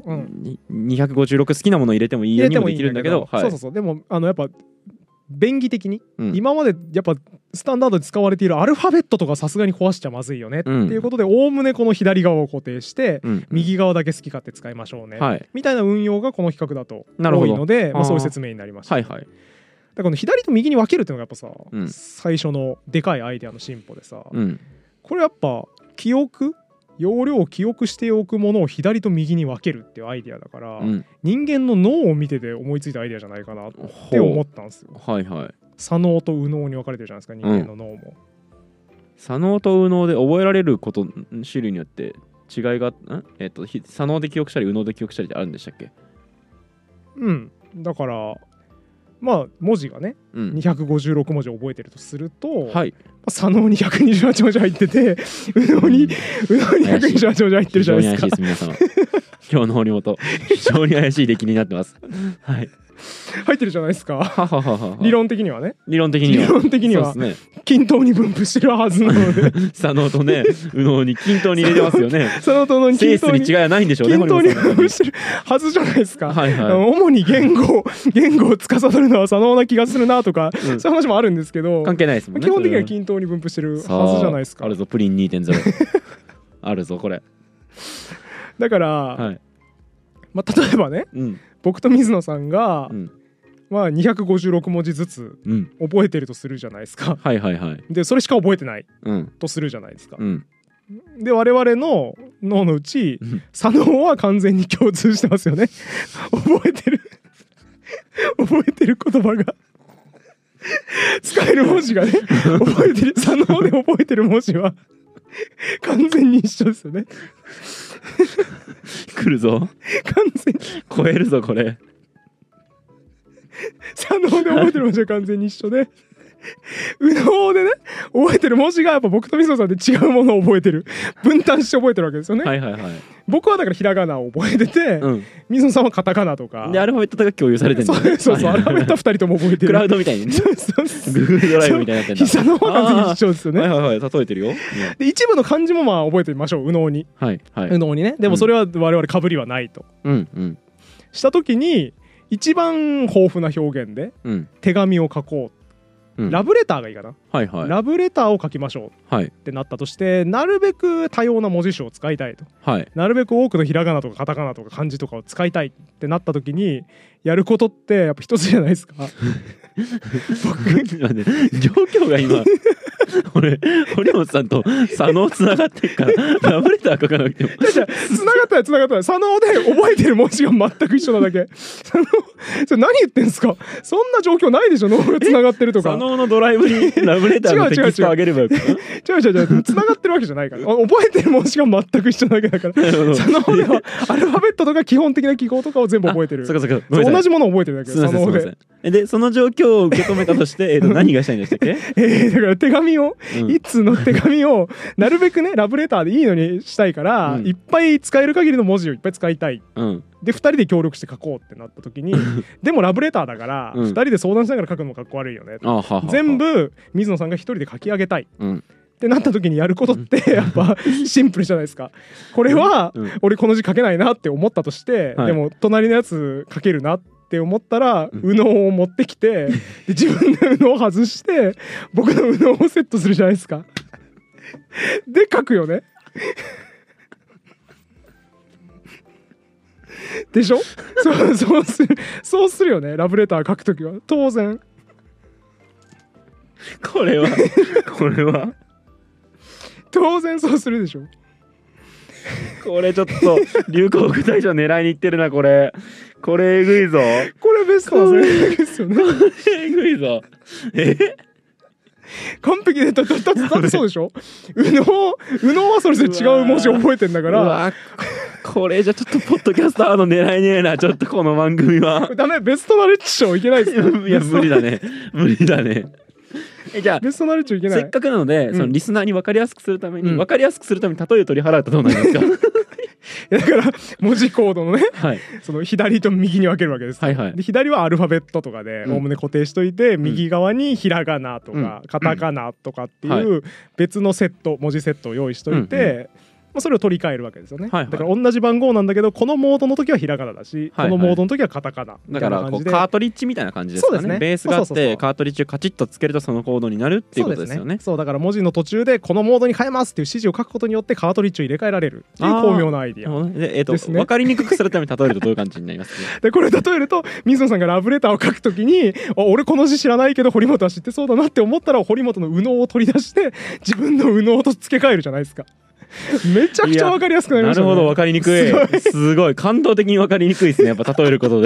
256好きなものを入れてもいいようにもできるんだけど、 でもやっぱ便宜的に、今までやっぱスタンダードで使われているアルファベットとかさすがに壊しちゃまずいよねっていうことでおおむねこの左側を固定して、右側だけ好き勝手使いましょうね、みたいな運用がこの企画だと多いので、そういう説明になりました。だからこの左と右に分けるっていうのがやっぱさ、最初のでかいアイデアの進歩でさ、これやっぱ容量を記憶しておくものを左と右に分けるっていうアイデアだから、人間の脳を見てて思いついたアイデアじゃないかなって思ったんですよ。左脳と右脳に分かれてるじゃないですか、人間の脳も。 左脳と右脳で覚えられること種類によって違いが左脳で記憶したり右脳で記憶したりってあるんでしたっけ？ だから文字がね、256文字覚えてるとすると、左脳に128文字入ってて右脳に128文字入ってるじゃないですか。 非常に怪しいです皆様。今日の堀本非常に怪しい出来になってます。 入ってるじゃないですか。理論的にはね。 理論的には均等に分布してるはずなので左脳とね右脳に均等に入れてますよね。 左脳と右脳に性質に違いはないんでしょうね。 均等に分布してるはずじゃないですか。主に言語を司るのは左脳な気がするなとか、そういう話もあるんですけど、 関係ないですもんね。 基本的には均等に分布してるはずじゃないですか。 あるぞプリン 2.0 あるぞこれ。 だから例えばね、僕と水野さんが256文字ずつ覚えてるとするじゃないですか。でそれしか覚えてないとするじゃないですか。で我々の脳のうち左脳は完全に共通してますよね。覚えてる覚えてる言葉が使える文字がね覚えてる左脳で覚えてる文字は完全に一緒ですよね来るぞ、 完全に超えるぞこれ。 左脳で覚えてる文字は完全に一緒で右脳でね覚えてる文字がやっぱ僕と水野さんで違うものを覚えてる、分担して覚えてるわけですよね。 はいはいはい。 僕はだからひらがなを覚えてて、水野さんはカタカナとかでアルファベットとか共有されてるんだね。 そうアルファベットは2人とも覚えてる。 クラウドみたいにね。Google ドライブみたいになってんだ。 膝の方が完全に一緒ですよね。 はいはいはい、例えてるよ。 で一部の漢字もまあ覚えてみましょう、右脳に。 はいはい。 右脳にね。でもそれは我々かぶりはないと。した時に一番豊富な表現で手紙を書こう。ラブレターがいいかな、はいはい、ラブレターを書きましょうってなったとして、なるべく多様な文字種を使いたいと、はい、なるべく多くのひらがなとかカタカナとか漢字とかを使いたいってなった時にやることってやっぱ一つじゃないですか僕状況が今俺堀本さんと左脳つながってるからラブレター書かなくてもつながったら左脳で覚えてる文字が全く一緒なだけそれ何言ってんすか、そんな状況ないでしょ、脳がつながってるとか。 左脳のドライブにラブレターのテキストを上げればよく違うつながってるわけじゃないから覚えてる文字が全く一緒なだけだから左脳ではアルファベットとか基本的な記号とかを全部覚えてる。同じものを覚えてるだけ。左脳でその状況を受け止めたとして何がしたいんでしたっけだから手紙を、一通の手紙をなるべくねラブレターでいいのにしたいから、いっぱい使える限りの文字をいっぱい使いたい、で2人で協力して書こうってなった時にでもラブレターだから、2人で相談しながら書くのもかっこ悪いよね、全部水野さんが1人で書き上げたい、ってなった時にやることってやっぱシンプルじゃないですか。これは俺この字書けないなって思ったとして、でも隣のやつ書けるなって思ったら右脳を持ってきて、で自分の右脳を外して僕の右脳をセットするじゃないですかで書くよねでしょそうするよね、ラブレター書くときは当然。 これは当然そうするでしょ。 これちょっと流行語大賞狙いにいってるな。これえぐいぞ。 これベストなんですよね。 えぐいぞ。 完璧でだってそうでしょ。右脳はそれぞれ違う文字を覚えてんだから。 これじゃちょっとポッドキャスターの狙いねえな。ちょっとこの番組はダメ、ベストナレッジ賞いけないですか。 いや無理だねじゃあベストナレッジいけない。 せっかくなので、そのリスナーに分かりやすくするために、例えを取り払うとどうなりますかだから文字コードのね、その左と右に分けるわけです。で左はアルファベットとかでおおむね固定しといて、右側にひらがなとか、カタカナとかっていう別のセット、文字セットを用意しといて、それを取り替えるわけですよね。だから同じ番号なんだけど、このモードの時はひらがなだし、このモードの時はカタカナみたいな感じで、 だからカートリッジみたいな感じですかね。ベースがあってカートリッジをカチッとつけるとそのコードになるっていうことですよね。 そうだから文字の途中でこのモードに変えますっていう指示を書くことによってカートリッジを入れ替えられるっていう巧妙なアイディアですね。 分かりにくくするために例えるとどういう感じになりますか。 でこれ例えると、水野さんがラブレターを書くときに、俺この字知らないけど堀本は知ってそうだなって思ったら、堀本の右脳を取り出して自分の右脳と付け替えるじゃないですか。めちゃくちゃ分かりやすくなりましたね。 なるほど、分かりにくい。すごい感動的に分かりにくいですね、やっぱ例えること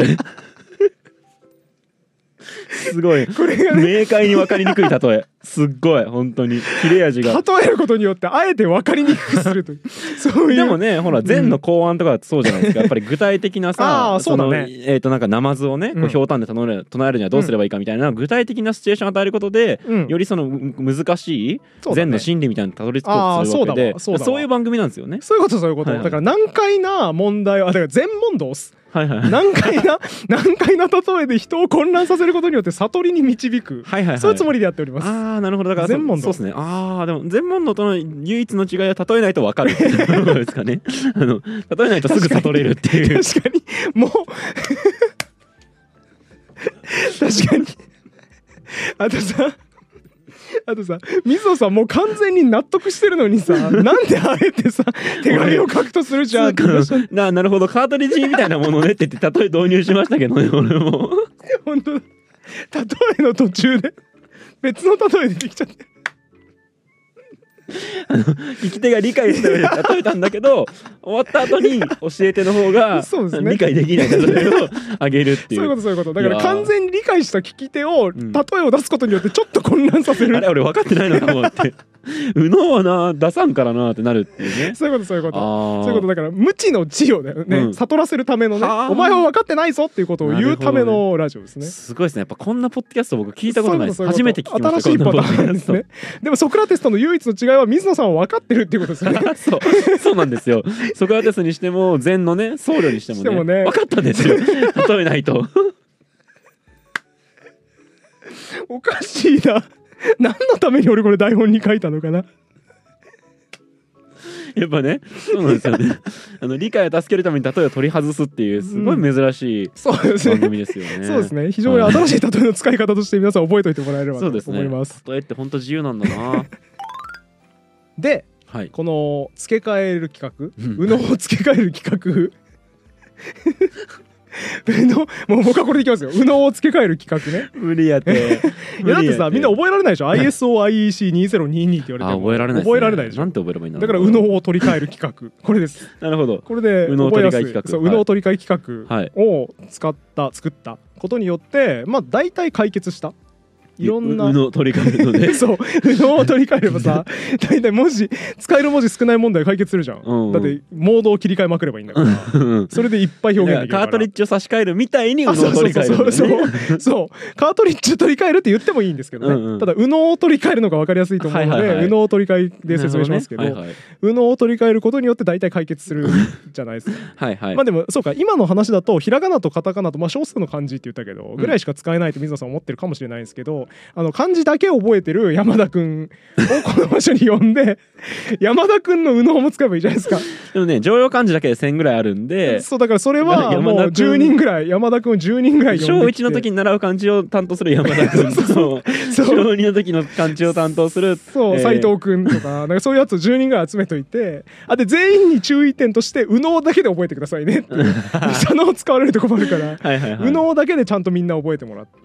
ですごいこれが、明快に分かりにくい例え、すっごい本当に切れ味が。 例えることによってあえて分かりにくくするというそういう。 でもね、ほら禅の考案とかそうじゃないですか。やっぱり具体的なさ、そのなんかナマズをね、こうひょうたんで唱えるにはどうすればいいかみたいな具体的なシチュエーションを与えることで、よりその難しい禅の真理みたいなのにたどり着こうとするわけで、そういう番組なんですよね。 そういうことだから難解な問題は、だから禅問答難解な例えで人を混乱させることによって悟りに導く、そういうつもりでやっております。 ああ、なるほど。だから全問答、そうですね。ああ、でも全問答との唯一の違いは例えないと分かるっていうところですかね。例えないとすぐ悟れるっていう。 確かにもう確かにあとさ水野さんもう完全に納得してるのにさ、なんであえてさ手紙を書くとするじゃん。 なるほど、カートリッジみたいなものねって言って例え導入しましたけどね、俺も。 本当だ、例えの途中で別の例え出てきちゃって聞き手が理解した上で例えたんだけど終わった後に教えての方が理解できない例えをあげるっていう。 そういうことだから完全に理解した聞き手を例えを出すことによってちょっと混乱させる、 あれ俺分かってないのかもって右脳はな出さんからなってなるっていうね。 そういうことだから無知の知をね、悟らせるためのね、お前は分かってないぞっていうことを言うためのラジオですね。 すごいですね。やっぱこんなポッドキャスト僕聞いたことないです。初めて聞きました。 新しいパターンですね。でもソクラテスとの唯一の違いは水野さんは分かってるっていうことですね。 そうなんですよ。ソクラテスにしても禅のね僧侶にしてもね分かったんですよ。例えないとおかしいな。何のために俺これ台本に書いたのかな。 やっぱね、そうなんですよね。理解を助けるために例えを取り外すっていうすごい珍しい番組ですよね。 そうですね。非常に新しい例えの使い方として皆さん覚えておいてもらえればと思います。 例えって本当自由なんだな。 で、この付け替える企画、右脳を付け替える企画。もう僕はこれでいきますよ。右脳を付け替える企画ね。 無理やっていやだってさみんな覚えられないでしょ。 ISO/IEC2022 って言われても覚えられないですね。 覚えられないでしょ。 なんて覚えればいいんだろう。 だから右脳を取り替える企画これです。 なるほど。 これで右脳取り替え企画、 そう右脳取り替え企画を作ったことによってまあ大体解決した。いろんな右脳取り替えるのでそう右脳を取り替えればさ大体使える文字少ない問題解決するじゃん、だってモードを切り替えまくればいいんだからそれでいっぱい表現できるから。 カートリッジを差し替えるみたいに右脳を取り替えるんだよね。 そうカートリッジを取り替えるって言ってもいいんですけどね、ただ右脳を取り替えるのが分かりやすいと思うので右脳を取り替えで説明しますけど、右脳を取り替えることによって大体解決するじゃないですか。まあでもそうか今の話だとひらがなとカタカナとまあ少数の漢字って言ったけどぐらいしか使えないと水野さん思ってるかもしれないんですけど、漢字だけ覚えてる山田くんをこの場所に呼んで山田くんの右脳も使えばいいじゃないですか。 でもね常用漢字だけで1000ぐらいあるんで、 そうだからそれはもう10人ぐらい山田くんを10人ぐらい呼んできて、 小1の時に習う漢字を担当する山田くんと小2の時の漢字を担当する斉藤くんとかなんかそういうやつを10人ぐらい集めといて、で全員に注意点として右脳だけで覚えてくださいねって左脳使われると困るから右脳だけでちゃんとみんな覚えてもらって、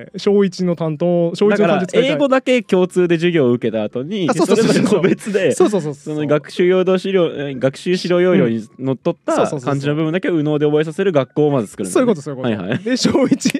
小1の漢字使いたい。 英語だけ共通で授業を受けた後にそれぞれ個別でその学習指導要領にのっとった漢字の部分だけ右脳で覚えさせる学校をまず作るんだね。 そういうこと。で小1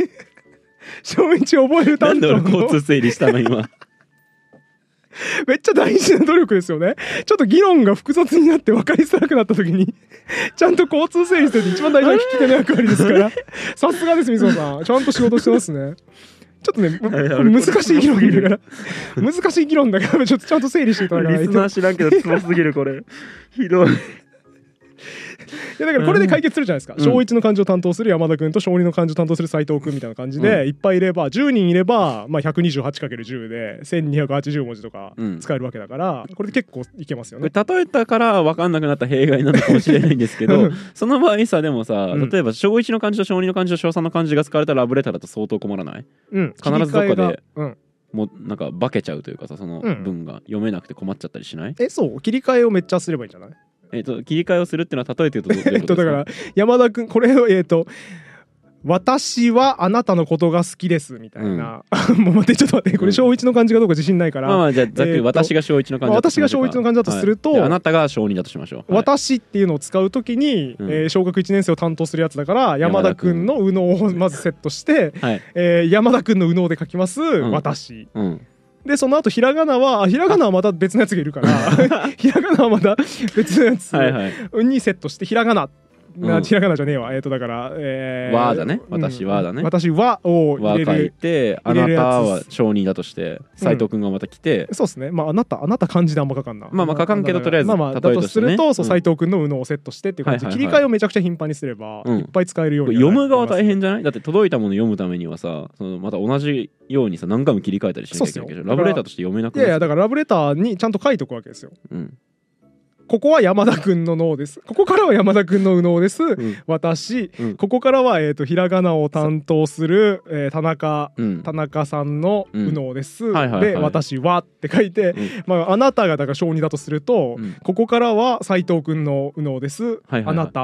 覚える担当のなんで俺交通整理したの今めっちゃ大事な努力ですよね。ちょっと議論が複雑になって分かりづらくなった時にちゃんと交通整理してて一番大事な聞き手の役割ですからさすがです水野さん、ちゃんと仕事してますね。ちょっとね難しい議論だから難しい議論だからちょっとちゃんと整理していただかないと。 リスナー知らんけどつらすぎるこれひどい。 いやだからこれで解決するじゃないですか、小1の漢字を担当する山田君と小2の漢字を担当する斉藤君みたいな感じで、いっぱいいれば10人いれば、まあ、128×10 で1280文字とか使えるわけだから、これで結構いけますよね。 例えたから分かんなくなった弊害なのかもしれないんですけどその場合さでもさ、例えば小1の漢字と小2の漢字と小3の漢字が使われたラブレターだと相当困らない？必ずどっかでもうなんか化けちゃうというかさ、その文が読めなくて困っちゃったりしない？ そう切り替えをめっちゃすればいいんじゃない？ 切り替えをするっていうのは例えて言うとどういうことですか？ だから山田君これを私はあなたのことが好きですみたいな、もう待ってちょっと待って、これ小1の漢字かどうか自信ないから、 じゃあざっくり私が小1の漢字私が小1の漢字だとすると、 あなたが小2だとしましょう。 私っていうのを使うときに小学1年生を担当するやつだから山田くんの右脳をまずセットして山田くんの右脳で書きます私で、その後ひらがなはまた別のやつがいるからひらがなはまた別のやつにセットしてひらがなひらがなじゃねえわ。だからわだね。私はだね。 私はを入れる。 書いて、あなたは小2だとして斉藤くんがまた来て、 そうですね。まああなた漢字であんま書かんな。 まあ書かんけどとりあえずだとすると斉藤くんの右脳をセットしてっていう感じで切り替えをめちゃくちゃ頻繁にすればいっぱい使えるように。 読む側大変じゃない？だって届いたもの読むためにはさ、また同じようにさ何回も切り替えたりしなきゃいけないけど、ラブレターとして読めなくなる。 いやだからラブレターにちゃんと書いておくわけですよ。ここは山田くんの脳です。ここからは山田くんの右脳です。私、ここからはひらがなを担当する田中さんの右脳です。で、私はって書いて、まああなたがだから小2だとすると、ここからは斉藤くんの右脳です。あなた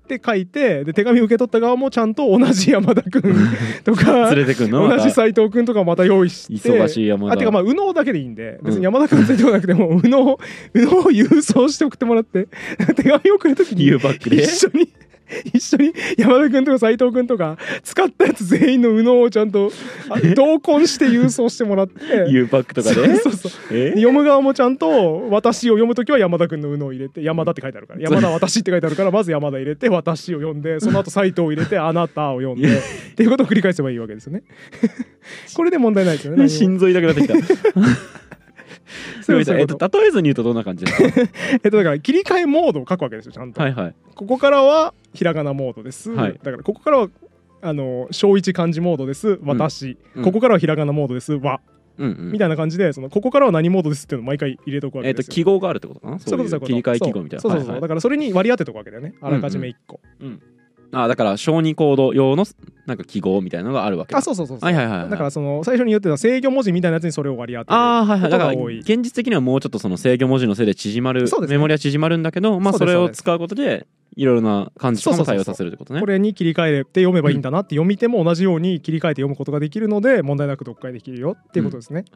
って書いて、で手紙受け取った側もちゃんと同じ山田くんとか連れてくんの同じ斉藤くんとかまた用意して、 忙しい山田。 てかまあ右脳だけでいいんで、別に山田くん連れてこなくても右脳を郵送して送ってもらって、手紙を送るときに U バックで一緒に山田くんとか斉藤くんとか使ったやつ全員の右脳をちゃんと同梱して郵送してもらって U パックとかでそう読む側もちゃんと私を読むときは山田くんの右脳を入れて、山田って書いてあるから山田私って書いてあるから、まず山田入れて私を読んで、その後斉藤を入れてあなたを読んでっていうことを繰り返せばいいわけですよねこれで問題ないですよね。 心臓痛くなってきた例えずに言うとどんな感じですか？ だから切り替えモードを書くわけですよ、ちゃんと。ここからはひらがなモードです、だからここからは小一漢字モードです、私、ここからはひらがなモードです、わ、みたいな感じで、ここからは何モードですっていうのを毎回入れておくわけですよ。 記号があるってことかな。そういう切り替え記号みたいな。 そうだからそれに割り当てておくわけだよね、あらかじめ1個。 だから小児コード用のなんか記号みたいなのがあるわけだ。 そうだから最初に言ってた制御文字みたいなやつにそれを割り当てることが多い。 現実的にはもうちょっとその制御文字のせいで縮まる、メモリは縮まるんだけど、それを使うことでいろいろな漢字とかも対応させるってことね。これに切り替えて読めばいいんだなって、読み手も同じように切り替えて読むことができるので問題なく読解できるよっていうことですね。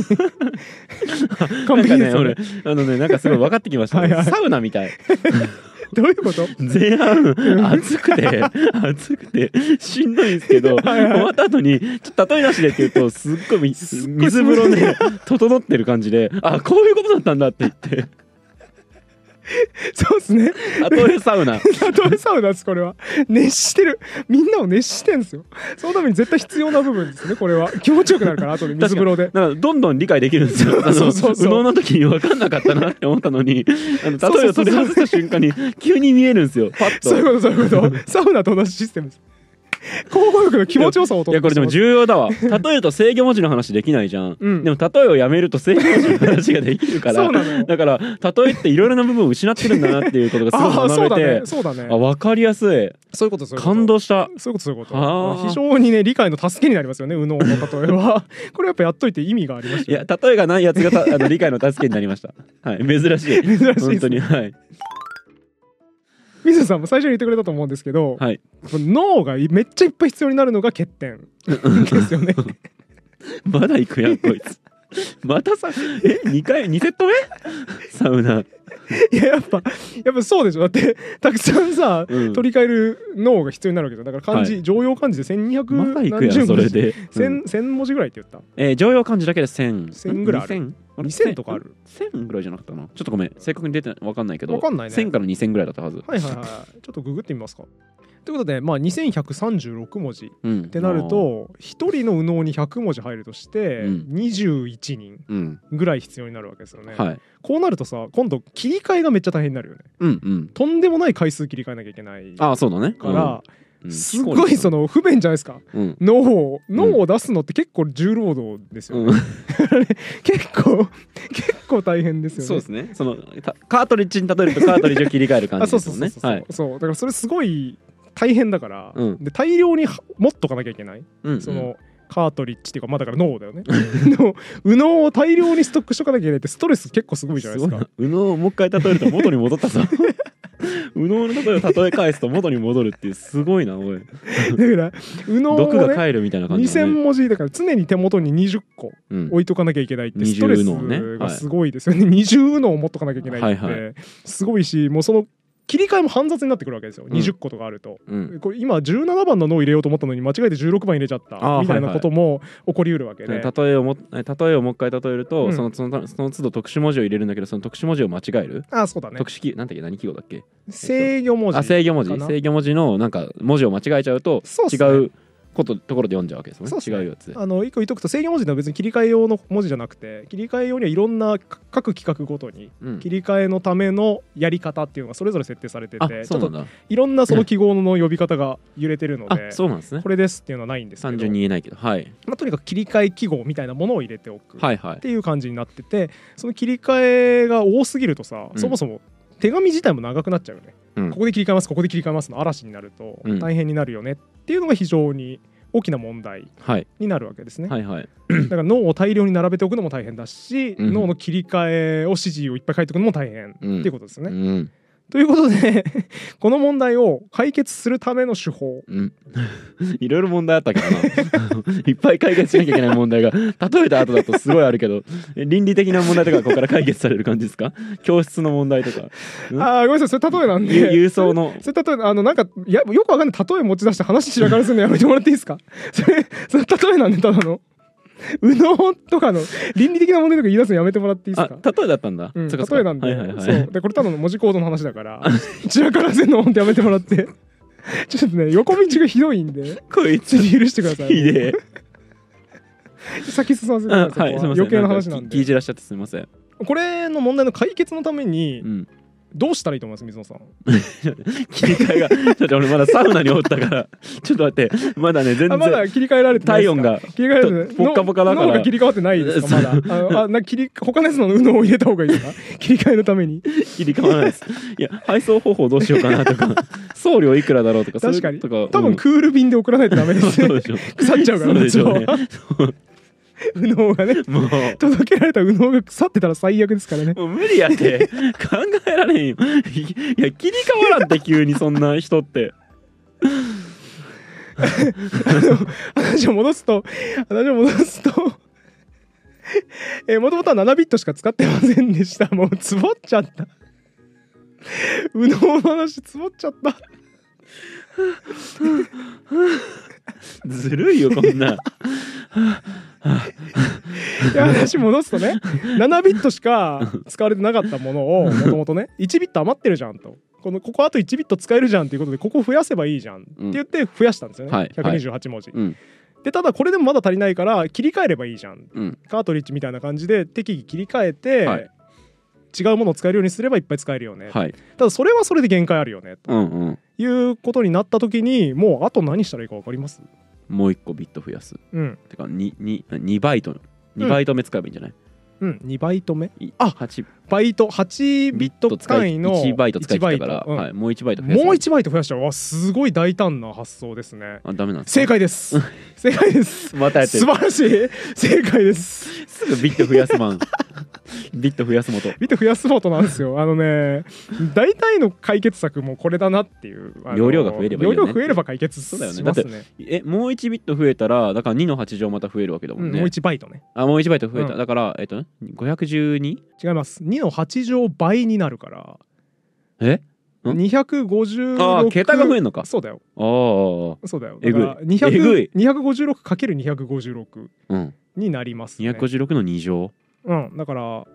完璧ですよね。なんかすごい分かってきましたサウナみたい。 どういうこと？ 前半暑くてしんどいんですけど、終わった後にちょっと例えなしでって言うとすっごい水風呂で整ってる感じで、あ、こういうことだったんだって言ってそうですね。 例えサウナです。これは熱してる、みんなを熱してるんですよ。そのために絶対必要な部分ですね。これは気持ちよくなるから後で水風呂でだからどんどん理解できるんですよ。右脳の時に分かんなかったなって思ったのに、例えば取り外した瞬間に急に見えるんですよ、パッと。 そういうことサウナと同じシステムです。交互力の気持ちよさをいやこれでも重要だわ。例えと制御文字の話できないじゃん、でも例えをやめると制御文字の話ができるからだから例えっていろいろな部分を失ってるんだなっていうことがすごい学べて分かりやすい。 そういうこと感動した。 そういうこと非常にね理解の助けになりますよね、右脳の例えはこれやっぱやっといて意味がありました、ね、 いや例えがないやつが理解の助けになりました。はい、珍しい本当に。はい、 水野さんも最初に言ってくれたと思うんですけど、脳がめっちゃいっぱい必要になるのが欠点ですよねまだ行くやんこいつ。またさ2セット目サウナ。 いややっぱそうでしょ。だってたくさんさ、取り替える脳が必要になるわけだから漢字、常用漢字で1200 まだ行くやんそれで。 1000文字ぐらいって言った。 常用漢字だけで1000 ぐらいある。2000とかある。 1000ぐらいじゃなかったな。ちょっとごめん正確に出て分かんないけど、 分かんないね。 1000から2000ぐらいだったはず。 ちょっとググってみますか。ということで、2136文字ってなると、1人の右脳に100文字入るとして、21人ぐらい必要になるわけですよね。こうなるとさ、今度切り替えがめっちゃ大変になるよね。とんでもない回数切り替えなきゃいけないから、すごいその不便じゃないですか。脳を出すのって結構重労働ですよね。結構大変ですよね。 そうですね。そのカートリッジに例えるとカートリッジを切り替える感じですよね。 そうだからそれすごい大変だから、で大量に持っとかなきゃいけない、そのカートリッジっていうかだから脳だよね右脳を大量にストックしとかなきゃいけないってストレス結構すごいじゃないですか。 右脳をもう一回例えると元に戻ったさ右脳の例えを例え返すと元に戻るっていうすごいな。おいだから右脳をね、 毒が帰るみたいな感じ、 2000文字だから常に手元に20個置いとかなきゃいけないってストレスがすごいですよね。20右脳を持っとかなきゃいけないってすごいし、もうその切り替えも煩雑になってくるわけですよ、20個とかあると、これ今17番の脳を入れようと思ったのに間違えて16番入れちゃったみたいなことも起こりうるわけで、 例えをもう一回例えると、その都度特殊文字を入れるんだけど、その特殊文字を間違える。 そうだね。 特殊記なんだっけ、何記号だっけ。 制御文字。 制御文字のなんか文字を間違えちゃうと違うところで読んじゃうわけですよね。違うやつで一個言っとくと、制御文字は別に切り替え用の文字じゃなくて、切り替え用にはいろんな各企画ごとに切り替えのためのやり方っていうのがそれぞれ設定されてて、ちょっといろんなその記号の呼び方が揺れてるのでそうなんですね。 これですっていうのはないんですけど、 単純に言えないけど、とにかく切り替え記号みたいなものを入れておくっていう感じになってて、その切り替えが多すぎるとさ、そもそも手紙自体も長くなっちゃうよね、ここで切り替えますここで切り替えますの嵐になると大変になるよねっていうのが非常に大きな問題になるわけですね。だから脳を大量に並べておくのも大変だし、脳の切り替えを指示をいっぱい書いておくのも大変っていうことですね。 ということでこの問題を解決するための手法、 いろいろ問題あったけどないっぱい解決しなきゃいけない問題が例えた後だとすごいあるけど、倫理的な問題とかここから解決される感じですか？教室の問題とか。 ごめんなさい、それ例えなんで郵送のそれ例えなんかよくわかんない例え持ち出して話しらかれするのやめてもらっていいですか？それ例えなんでただの右脳とかの倫理的な問題とか言い出すのやめてもらっていいですか？ 例えだったんだ。 例えなんで、そうでこれただの文字コードの話だから散らからせんのほんとやめてもらってちょっとね横道がひどいんでこいつ許してください。 ひで先進ませてください。余計な話なんで。 聞いじらしちゃってすみません。 これの問題の解決のために、どうしたらいいと思います水野さん？ 切り替えがちょっと俺まだサウナにおったからちょっと待ってまだね全然まだ切り替えられてないですか？ 体温が切り替えられてポッカポカだから脳が切り替わってないですか？まだ他のやつの脳を入れた方がいいですか？切り替えのために切り替わらないです。いや配送方法どうしようかなとか送料いくらだろうとか確かに多分クール便で送らないとダメですね。腐っちゃうからね。右脳がね届けられた右脳が腐ってたら最悪ですからね。 もう無理やって考えられんよ。いや切り替わらんって急にそんな人って話を戻すともともとは7ビットしか使ってませんでした。もうつぼっちゃった右脳の話つぼっちゃったずるいよこんな。 いや話戻すとね7ビットしか使われてなかったものをもともとね1ビット余ってるじゃんとここあと1ビット使えるじゃんっていうことでここ増やせばいいじゃんって言って増やしたんですよね、128文字、でただこれでもまだ足りないから切り替えればいいじゃん、カートリッジみたいな感じで適宜切り替えて、違うものを使えるようにすればいっぱい使えるよね、ただそれはそれで限界あるよねと、いうことになった時にもうあと何したらいいか分かります？ もう1個ビット増やす、てか 2バイト目使えばいいんじゃない？ 2バイト目 8 バイト8ビット単位の 1バイト使ってたから、もう1バイト増やす。 もう1バイト増やしたらすごい大胆な発想ですね。 ダメなんですか？ 正解です正解ですまたやってる。 素晴らしい正解です。 すぐビット増やすマンビット増やす元なんですよ。大体の解決策もこれだなっていう、 容量が増えればいいよね。 容量増えれば解決しますね。だってもう1ビット増えたらだから2の8乗また増えるわけだもんね、 もう1バイトね。 もう1バイト増えた、だから512？ 違います。2の8乗倍になるから256。 桁が増えるのか。 そうだよ。そうだよ。 えぐい。 256×256になりますね。 256の2乗。 だから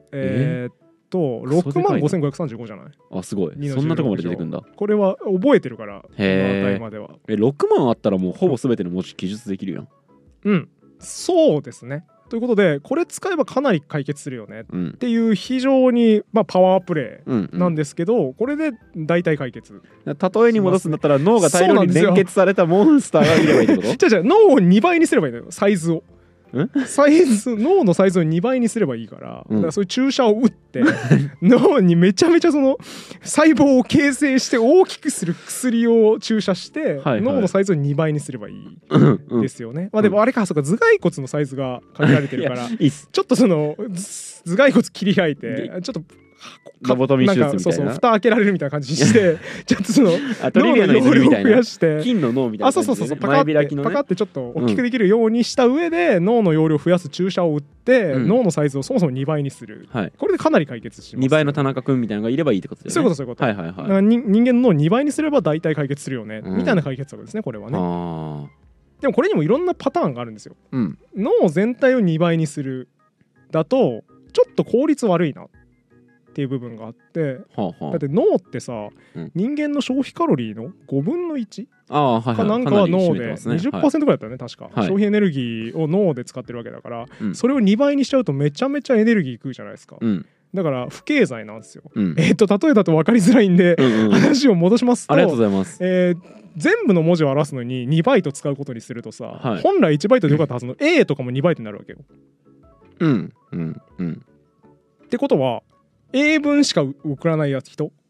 65,535じゃない？ すごい。そんなとこまで出てくるんだ。 これは覚えてるから。値までは。 6万あったらもうほぼ全ての文字記述できるやん。 そうですね。ということでこれ使えばかなり解決するよねっていう非常にパワープレイなんですけど、これで大体解決。 例えに戻すんだったら脳が大量に連結されたモンスターがいればいいってこと？ じゃあ脳を2倍にすればいいのよ。サイズを脳のサイズを2倍にすればいいから、だからそういう注射を打って脳にめちゃめちゃその細胞を形成して大きくする薬を注射して、脳のサイズを2倍にすればいいですよね。でもあれか、そうか、頭蓋骨のサイズが限られてるからちょっとその頭蓋骨切り開いてちょっとロボトミー手術みたいな、 蓋開けられるみたいな感じにしてちょっとその脳の容量を増やして金の脳みたいな感じでパカってちょっと大きくできるようにした上で脳の容量を増やす注射を打って脳のサイズをそもそも2倍にする、これでかなり解決します。 2倍の田中君みたいなのがいればいいってことですね。 そういうこと人間の脳を2倍にすれば大体解決するよねみたいな解決策ですね、これはね。でもこれにもいろんなパターンがあるんですよ。脳全体を2倍にするだとちょっと効率悪いなっていう部分があって、だって脳ってさ、人間の消費カロリーの5分の1かなんかは脳で 20% ぐらいだったよね、確か。消費エネルギーを脳で使ってるわけだから、それを2倍にしちゃうとめちゃめちゃエネルギーいくじゃないですか。だから不経済なんですよ。例えだと分かりづらいんで話を戻しますと、 ありがとうございます。 全部の文字を表すのに2バイト使うことにするとさ、本来1バイトでよかったはずの A とかも2バイトになるわけよ。ってことは英文しか送らない人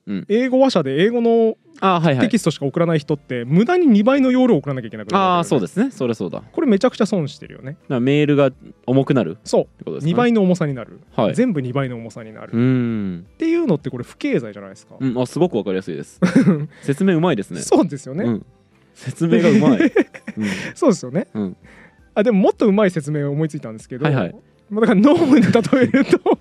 英語話者で英語のテキストしか送らない人って無駄に2倍の容量を送らなきゃいけなくなる、 ああそうですね、それそうだ。 これめちゃくちゃ損してるよね。 だからメールが重くなる、 そうってことですね。2倍の重さになる、はい、全部2倍の重さになるっていうのってこれ不経済じゃないですか。 あすごくわかりやすいです説明うまいですね。 そうですよね、 説明がうまい、 そうですよね、でももっとうまい説明を思いついたんですけど、だから脳で例えると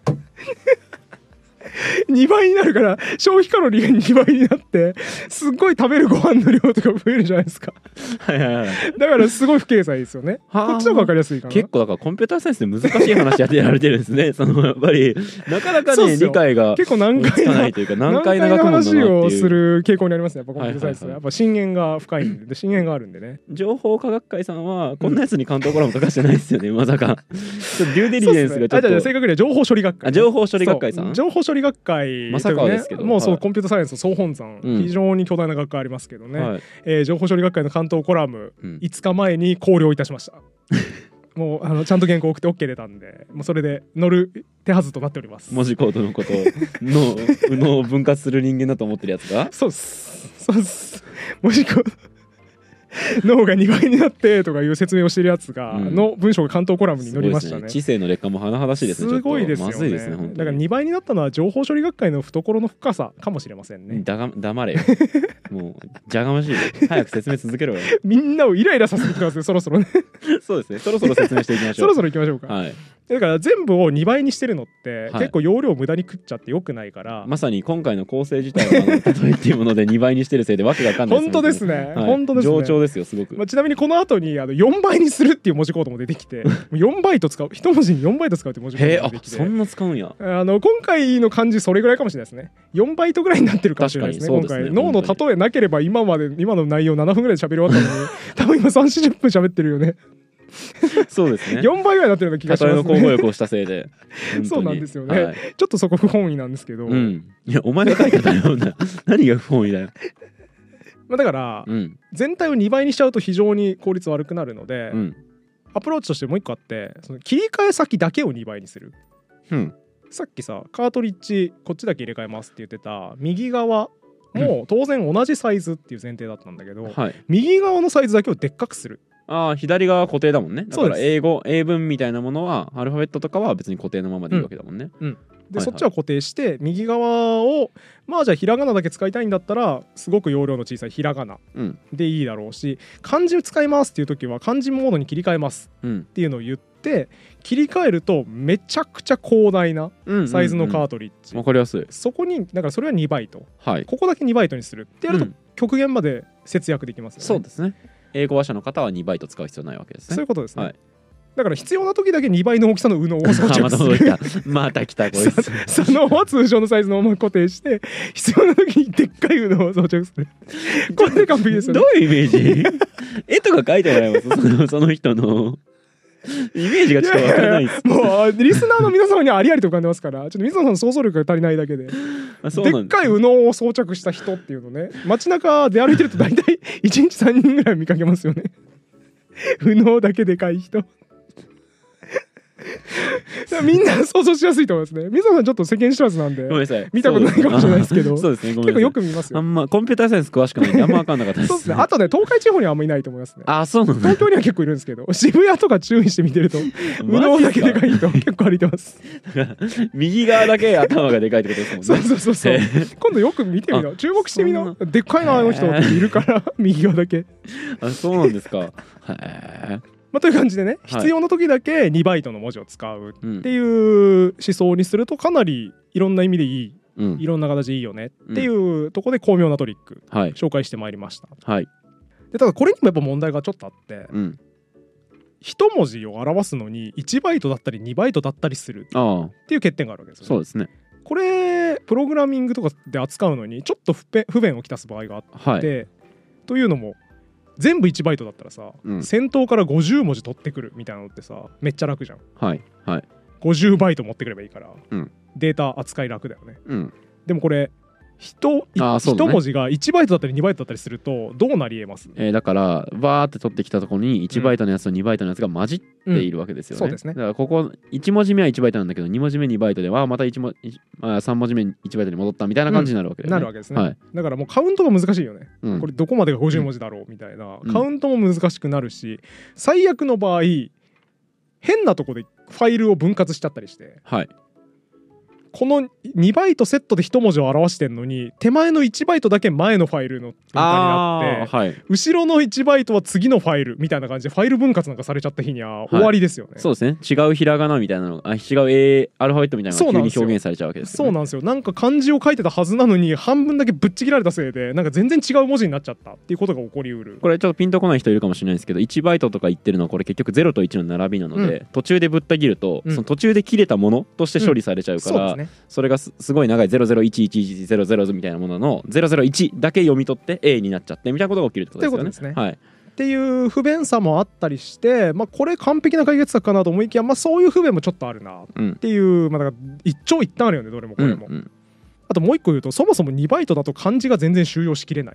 2倍になるから消費カロリーが2倍になってすっごい食べるご飯の量とか増えるじゃないですかだからすごい不経済ですよね。こっちの方が分かりやすいかな。 結構だからコンピューターサイエンスで難しい話やってやられてるんですねそのやっぱりなかなかね理解が結構難解なないというか難解な学問だなっていう話をする傾向にありますね。やっぱコンピューターサイエンスはやっぱ深淵が深いんで深淵があるんでね。 情報科学会さんはこんなやつに関東コラム書かせてないですよねまさかちょっとデューデリジェンスがちょっと正確には情報処理学会、 情報処理学会さん、 情報処理学会まさかですけど、 もうそうコンピューターサイエンスの総本山、非常に巨大な学会ありますけどね、情報処理学会の関東コラム、5日前に考慮いたしましたもうちゃんと原稿送って OK 出たんで、もうそれで乗る手はずとなっております。 文字コードのことの右脳を分割する人間だと思ってるやつがそうっす文字コード脳が2倍になってとかいう説明をしてるやつが、の文章が関東コラムに載りましたね。 知性の劣化も甚だしいですね。 すごいですよね。 まずいですね本当に。 だから2倍になったのは情報処理学会の懐の深さかもしれませんね。 黙れよもうじゃがましい早く説明続けろよみんなをイライラさせてきてますねそろそろねそうですね、そろそろ説明していきましょうそろそろいきましょうか。 はい、 だから全部を2倍にしてるのって、結構容量無駄に食っちゃってよくないから、 まさに今回の構成自体の例えっていうもので2倍にしてるせいでわけが分かんない本当ですね、本当ですね。 冗長ですよすごく。 ちなみにこの後に4倍にするっていう文字コードも出てきて4バイト使う、一文字に4バイト使うって文字コードが出てきて、 そんな使うんや。 今回の漢字それぐらいかもしれないですね。4バイトぐらいになってるかもしれないですね。今回脳の例えなければ今の内容7分ぐらいで喋り終わったのに多分今30、40分喋ってるよねそうですね。 4倍ぐらいになってるような気がしますね。 例えの交互力をしたせいでそうなんですよね、ちょっとそこ不本意なんですけど、 いやお前が書いてたよ何が不本意だよだから、全体を2倍にしちゃうと非常に効率悪くなるので、アプローチとしてもう一個あって、その切り替え先だけを2倍にする、さっきさカートリッジこっちだけ入れ替えますって言ってた右側も当然同じサイズっていう前提だったんだけど、右側のサイズだけをでっかくする。 左側は固定だもんね。だから英文みたいなものはアルファベットとかは別に固定のままでいいわけだもんね。 でそっちは固定して右側をじゃあひらがなだけ使いたいんだったらすごく容量の小さいひらがなでいいだろうし、漢字を使いますっていう時は漢字モードに切り替えますっていうのを言って切り替えるとめちゃくちゃ広大なサイズのカートリッジ、 わかりやすい。 そこにだからそれは2バイト、ここだけ2バイトにするってやると極限まで節約できますよね。 そうですね。英語話者の方は2バイト使う必要ないわけですね。 そういうことですね。だから必要な時だけ2倍の大きさの右脳を装着するまた来たこいつそのは通常のサイズのまま固定して必要な時にでっかい右脳を装着するこれで完璧ですよね。 どういうイメージ絵とか描いてもらえますその人のイメージがちょっとわからないですもうリスナーの皆様にはありありと浮かんでますから、ちょっと水野さんの想像力が足りないだけででっかい右脳を装着した人っていうのね、街中で歩いてると大体1日3人ぐらい見かけますよね右脳だけでかい人みんな想像しやすいと思いますね。水野さんちょっと世間知らずなんで見たことないかもしれないですけど、 そうですね、 結構よく見ますよ。 あんまコンピューターサイエンス詳しくないんであんま分かんなかったです。 そうですね。あとね東海地方にはあんまいないと思いますね。 そうなんだ。 東京には結構いるんですけど渋谷とか注意して見てると右脳だけでかい人結構歩いてます右側だけ頭がでかいってことですもんね。 そう今度よく見てみな、注目してみな、でっかいなあの人っているから右側だけ。 そうなんですか。へえ。 という感じでね、必要な時だけ2バイトの文字を使うっていう思想にするとかなりいろんな意味でいい、いろんな形でいいよねっていうところで巧妙なトリック紹介してまいりました。でただこれにもやっぱ問題がちょっとあって、一文字を表すのに1バイトだったり2バイトだったりするっていう欠点があるわけですよね。 そうですね。 これプログラミングとかで扱うのにちょっと不便をきたす場合があって、というのも全部1バイトだったらさ、先頭から50文字取ってくるみたいなのってさめっちゃ楽じゃん。50バイト持ってくればいいから、データ扱い楽だよね。でもこれ一文字が1バイトだったり2バイトだったりするとどうなりえます？ だからバーって取ってきたところに1バイトのやつと2バイトのやつが混じっているわけですよね。 そうですね。 だからここ1文字目は1バイトなんだけど2文字目2バイトではまた3文字目1バイトに戻ったみたいな感じになるわけだよね。 なるわけですね。だからもうカウントが難しいよね。これどこまでが50文字だろうみたいなカウントも難しくなるし、最悪の場合変なとこでファイルを分割しちゃったりして。この2バイトセットで1文字を表してんのに手前の1バイトだけ前のファイルの分割になって、後ろの1バイトは次のファイルみたいな感じでファイル分割なんかされちゃった日には終わりですよね。 そうですね。違うひらがなみたいなの違うアルファベットみたいなのが急に表現されちゃうわけですよね。 そうなんですよ。なんか漢字を書いてたはずなのに半分だけぶっちぎられたせいでなんか全然違う文字になっちゃったっていうことが起こりうる。 これちょっとピンとこない人いるかもしれないですけど、1バイトとか言ってるのはこれ結局0と1の並びなので、途中でぶった切ると、その途中で切れたものとして処理されちゃうから、それがすごい長い0011100みたいなものの001だけ読み取って A になっちゃってみたいなことが起きるってことですよね。 っていう不便さもあったりして、これ完璧な解決策かなと思いきや、そういう不便もちょっとあるなっていう、だから一長一短あるよね、どれもこれも。あともう一個言うと、そもそも2バイトだと漢字が全然収容しきれない。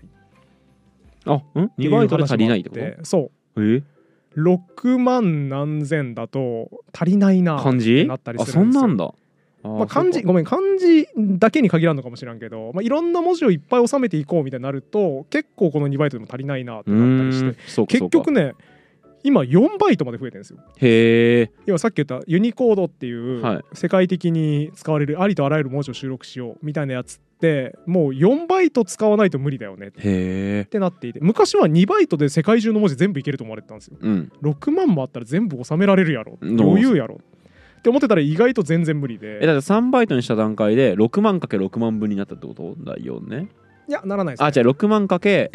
2バイトで足りないってこと？ そう。6万何千だと足りないなってなったりするんですよ。そんなんだ。漢字だけに限らんのかもしれんけど、いろんな文字をいっぱい収めていこうみたいになると結構この2バイトでも足りないなってなったりして、結局ね今4バイトまで増えてるんですよ。要はさっき言ったユニコードっていう世界的に使われるありとあらゆる文字を収録しようみたいなやつってもう4バイト使わないと無理だよねってなっていて、昔は2バイトで世界中の文字全部いけると思われてたんですよ。6万もあったら全部収められるやろ、余裕やろって思ってたら意外と全然無理で、 だって3バイトにした段階で6万かけ6万分になったってことだよね。 いやならないですね。 じゃあ6万かけ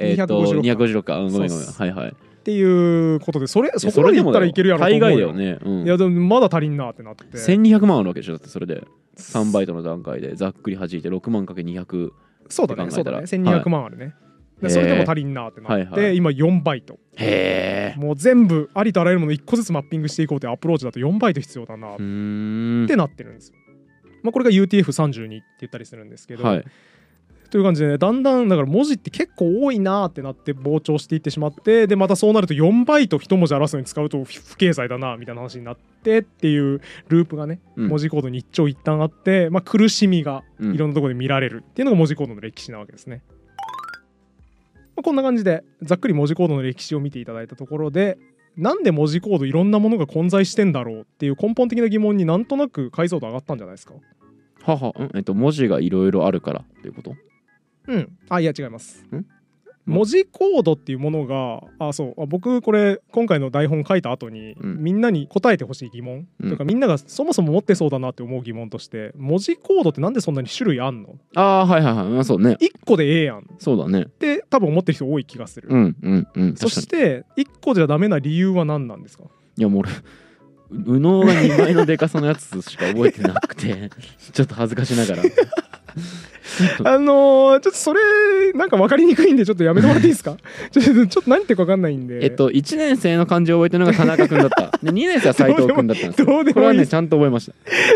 256か。ごめんっていうことでそこまでいったらいけるやろと思うよ。 大概だよね。 いやでもまだ足りんなってなって 1200万あるわけでしょ。だってそれで3バイトの段階でざっくり弾いて6万かけ200。 そうだね1200万あるね。それでも足りんなってなって、今4バイト。もう全部ありとあらゆるもの1個ずつマッピングしていこうというアプローチだと4バイト必要だなってなってるんですよ。これが UTF-32 って言ったりするんですけど、という感じで、だんだんだから文字って結構多いなってなって膨張していってしまって、でまたそうなると4バイト1文字表すのに使うと不経済だなみたいな話になってっていうループがね、文字コードに一長一短あって、苦しみがいろんなところで見られるっていうのが文字コードの歴史なわけですね。こんな感じでざっくり文字コードの歴史を見ていただいたところで、なんで文字コードいろんなものが混在してんだろうっていう根本的な疑問になんとなく解像度上がったんじゃないですか。 文字がいろいろあるからっていうこと？ いや違います。文字コードっていうものが僕これ今回の台本書いた後に、みんなに答えてほしい疑問、とかみんながそもそも持ってそうだなって思う疑問として、文字コードってなんでそんなに種類あんの？ そうね。 1個でええやん。 そうだね。 って多分思ってる人多い気がする。そして1個じゃダメな理由は何なんですか？ いやもう俺右脳が2倍のデカさのやつしか覚えてなくてちょっと恥ずかしながらちょっとそれなんか分かりにくいんでちょっとやめてもらっていいですか？ちょっと何言ってるか分かんないんで。 1年生の漢字を覚えてるのが田中君だったで2年生は斉藤君だったんですよ。これはねちゃんと覚えました。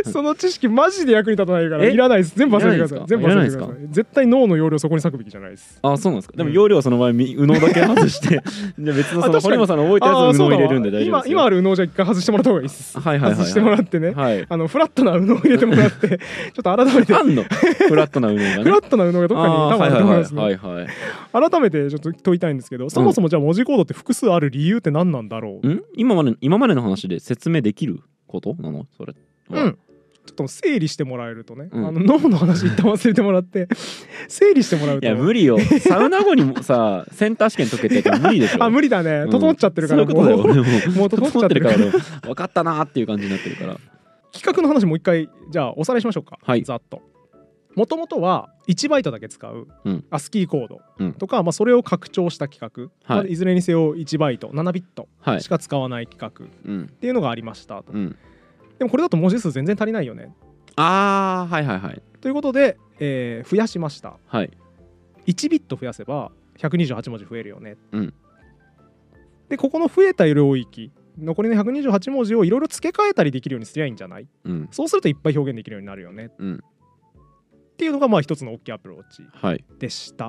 その知識マジで役に立たないからいらないです。全部忘れてください。全部忘れてください。絶対脳の容量そこに割くべきじゃないです。 そうなんですか。でも容量はその場合右脳だけ外して別のその堀本さんの覚えたやつを右脳入れるんで大丈夫ですよ。 今ある右脳じゃ一回外してもらった方がいいです。外してもらってね、フラットな右脳入れてもらってちょっと改めてあんのフラットな右脳がね。 フラットな右脳がどっかに多分あると思いますね。改めてちょっと問いたいんですけど、そもそもじゃあ文字コードって複数ある理由って何なんだろう？ 今までの話で説明できることなのそれ？ ちょっと整理してもらえるとね、脳の話一旦忘れてもらって整理してもらうと。 いや無理よ。サウナ後にもさセンター試験解けて無理でしょ。 無理だね。整っちゃってるから。 そういうことだよ。 もう整っちゃってるから分かったなーっていう感じになってるから。 企画の話もう一回じゃあおさらいしましょうか。ざっと。もともとは1バイトだけ使うアスキーコードとか、それを拡張した企画、いずれにせよ1バイト7ビットしか使わない企画っていうのがありましたと。でもこれだと文字数全然足りないよね。ということで、増やしました。1ビット増やせば128文字増えるよね。でここの増えた領域残りの128文字をいろいろ付け替えたりできるようにすりゃいいんじゃない？そうするといっぱい表現できるようになるよね。 っていうのがまあ一つの大きいアプローチでした、はい、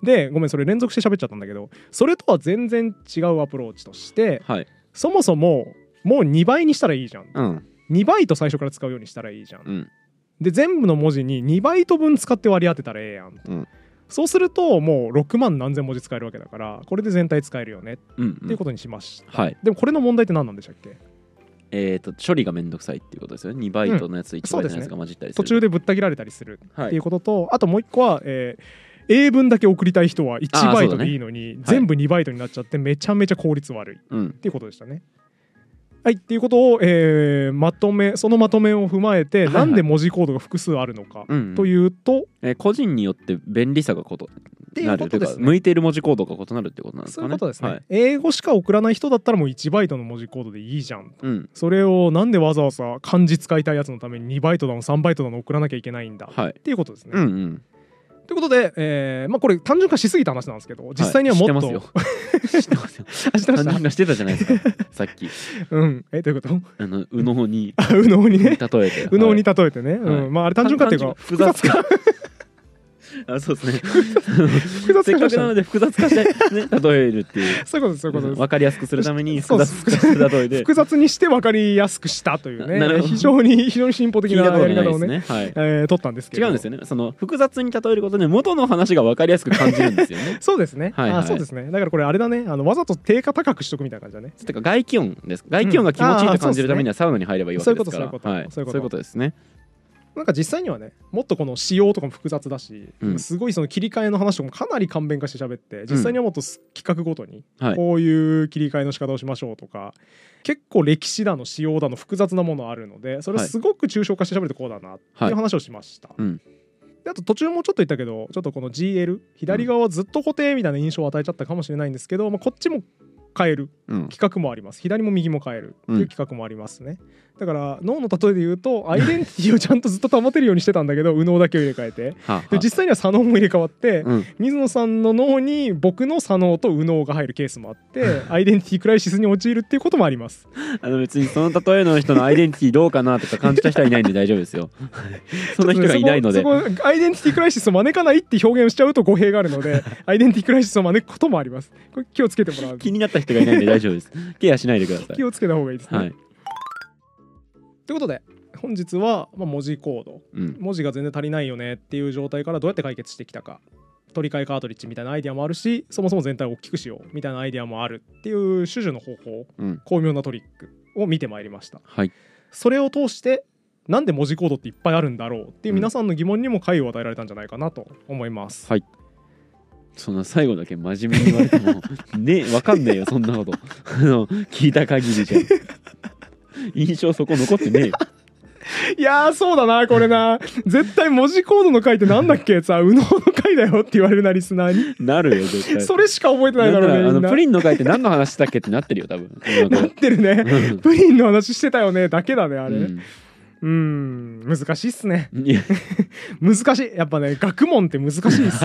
でごめんそれ連続して喋っちゃったんだけど、それとは全然違うアプローチとして、はい、そもそももう2倍にしたらいいじゃん、うん、2バイト最初から使うようにしたらいいじゃん、うん、で全部の文字に2バイト分使って割り当てたらええやん、うん、そうするともう6万何千文字使えるわけだから、これで全体使えるよねっていうことにしました、はい、でもこれの問題って何なんでしたっけ？ 処理がめんどくさいっていうことですよね。2バイトのやつと1バイトのやつが混じったりする、 途中でぶった切られたりするっていうことと、あともう一個は、英文だけ送りたい人は1バイトでいいのに、ね、全部2バイトになっちゃってめちゃめちゃ効率悪いっていうことでしたね、はい、っていうことを、そのまとめを踏まえて、はいはい、なんで文字コードが複数あるのかというと、 個人によって便利さが異なるというか、向いている文字コードが異なるってことなんですかね。 そういうことですね、はい、英語しか送らない人だったらもう1バイトの文字コードでいいじゃん、うん、それをなんでわざわざ漢字使いたいやつのために2バイトだの3バイトだの送らなきゃいけないんだ、はい、っていうことですね、うんうん、ということで、まあ、これ単純化しすぎた話なんですけど、実際にはもっと、はい、知ってますよ単純化してたじゃないですかさっきどういうこと？ 右脳に右脳にね例えて右脳に例えてね、はい、うん、まああれ単純化っていうか複雑化あ、そうですね複雑化せっかくなので複雑化して、ね、例えるっていうそういうことです、そういうことです。 分かりやすくするために複雑化して例えて複雑にして分かりやすくしたというね、非常に進歩的なやり方をね、はい、取ったんですけど、 違うんですよね。その複雑に例えることで元の話が分かりやすく感じるんですよねそうですね、はいはい、あ、そうですね。だからこれあれだね、わざと定価高くしとくみたいな感じだね。 てか外気温です。外気温が気持ちいいと感じるためにはサウナに入ればいいわけですから、そういうことですね。 なんか実際にはね、もっとこの仕様とかも複雑だし、うん、すごいその切り替えの話とかもかなり簡便化して喋って、実際にはもっと企画ごとにこういう切り替えの仕方をしましょうとか、はい、結構歴史だの仕様だの複雑なものあるので、それをすごく抽象化して喋るとこうだなっていう話をしました、はい、うん、であと途中もちょっと言ったけど、ちょっとこの GL 左側はずっと固定みたいな印象を与えちゃったかもしれないんですけど、まあ、こっちも変える企画もあります、左も右も変えるっていう企画もありますね、だから脳の例えで言うとアイデンティティをちゃんとずっと保てるようにしてたんだけど右脳だけを入れ替えてで実際には左脳も入れ替わって、うん、水野さんの脳に僕の左脳と右脳が入るケースもあってアイデンティティクライシスに陥るっていうこともあります。 別にその例えの人のアイデンティティどうかなとか感じた人はいないんで大丈夫ですよそんな人がいないので、そこアイデンティティクライシスを招かないって表現をしちゃうと語弊があるのでアイデンティティクライシスを招くこともあります。これ気をつけてもらう。 気になった人がいないんで大丈夫ですケアしないでください。 気をつけた方がいいですね、はい、ということで本日は文字コード、うん、文字が全然足りないよねっていう状態からどうやって解決してきたか、取り替えカートリッジみたいなアイデアもあるし、そもそも全体を大きくしようみたいなアイデアもあるっていう種々の方法、うん、巧妙なトリックを見てまいりました、はい、それを通してなんで文字コードっていっぱいあるんだろうっていう皆さんの疑問にも解を与えられたんじゃないかなと思います、 はい。そんな最後だけ真面目に言われてもね、分かんないよそんなこと聞いた限りじゃ印象そこ残ってねえよいやーそうだな、これな絶対文字コードの回ってなんだっけさ、右脳の回だよって言われるな、リスナーになるよ絶対。 それしか覚えてないだろうね。 みんなプリンの回って何の話したっけってなってるよ多分なってるねプリンの話してたよねだけだねあれ、難しいっすね難しい、やっぱね学問って難しいっすね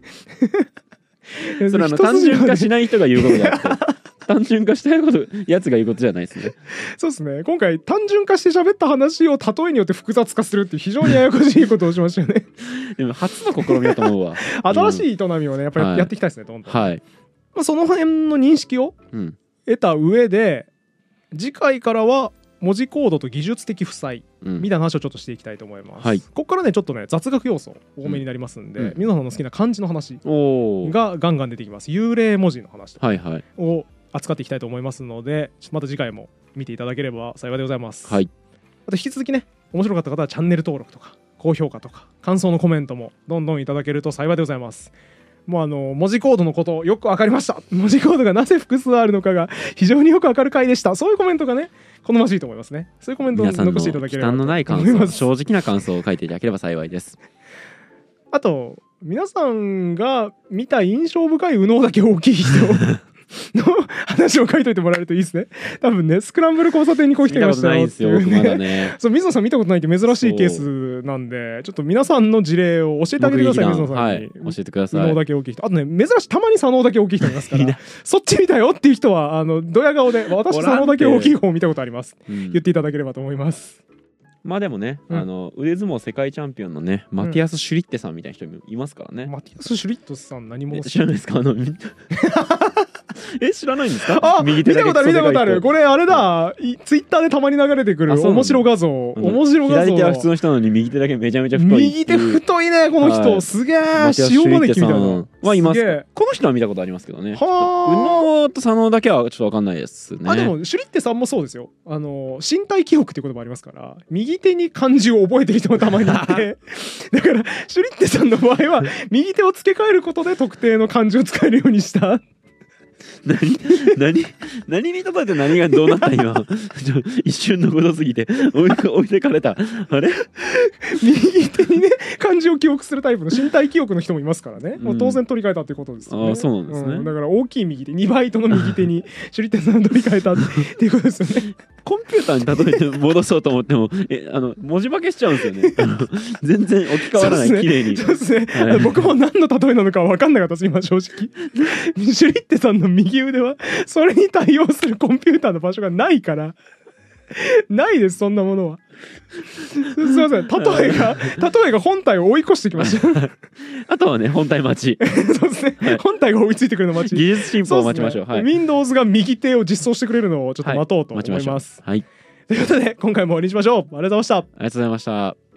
それ単純化しない人が言うことだって単純化したいことやつが言うことじゃないですね。 そうですね、今回単純化して喋った話を例えによって複雑化するっていう非常にややこしいことをしましたよねでも初の試みだと思うわ新しい営みをねやっぱりやっていきたいですね、どんどん、はい、その辺の認識を得た上で、次回からは文字コードと技術的負債みたいな話をちょっとしていきたいと思います、はい、ここからねちょっとね雑学要素多めになりますんで、皆さんの好きな漢字の話がガンガン出てきます。幽霊文字の話とかを扱っていきたいと思いますので、また次回も見ていただければ幸いでございます、はい、あと引き続きね面白かった方はチャンネル登録とか高評価とか感想のコメントもどんどんいただけると幸いでございます。もう文字コードのことよく分かりました、文字コードがなぜ複数あるのかが非常によく分かる回でした、そういうコメントがね好ましいと思いますね。そういうコメントを残していただければと思います。皆さんの負担のない感想、 正直な感想を書いていただければ幸いです。 あと皆さんが見た印象深い右脳だけ大きい人の話を書いといてもらえるといいですね。多分ねスクランブル交差点にこう来てましたよっていう、 まだねそう水野さん見たことないって珍しいケースなんで、ちょっと皆さんの事例を教えてあげてください。水野さんに、はい、教えてください。 右脳だけ大きい人、あとね珍しいたまに左脳だけ大きい人いますからそっち見たよっていう人はドヤ顔で私左脳だけ大きい方を見たことあります、言っていただければと思います。 まあでもね、腕相撲世界チャンピオンのねマティアス・シュリッテさんみたいな人いますからね。 マティアス・シュリットさん何も知らないですか？知らないんですか？ あ、見たことある見たことある。これあれだ、ツイッターでたまに流れてくる面白画像。面白画像。 左手は普通の人なのに右手だけめちゃめちゃ太い。 右手太いねこの人。すげえ。塩まで決めたの。 はいます。この人は見たことありますけどね。はあ。宇野と佐野だけはちょっとわかんないですね。 でもシュリッテさんもそうですよ。身体記憶っていう言葉ありますから、右手に漢字を覚えてる人もたまにいて、だからシュリッテさんの場合は右手を付け替えることで特定の漢字を使えるようにした。 何に例えて何がどうなった今一瞬のことすぎて置いてかれた。あれ右手にね漢字を記憶するタイプの身体記憶の人もいますからね、もう当然取り替えたっていうことですよね。 あ、そうなんですね、 だから大きい右手2倍との右手にシュリッテさん取り替えたっていうことですよね。 コンピューターに例えて戻そうと思っても文字化けしちゃうんですよね。全然置き換わらない、綺麗に。 そうですね、僕も何の例えなのか分かんなかったです今正直。シュリッテさんの右腕はそれに対応するコンピューターの場所がないからないです、そんなものは。すいません、例えが本体を追い越してきましたあとはね本体待ち。 そうですね、本体が追いついてくるの待ち。 技術進歩を待ちましょう。 Windows が右手を実装してくれるのをちょっと待とうと思います。 はい、 ということで今回も終わりにしましょう。ありがとうございました。 ありがとうございました。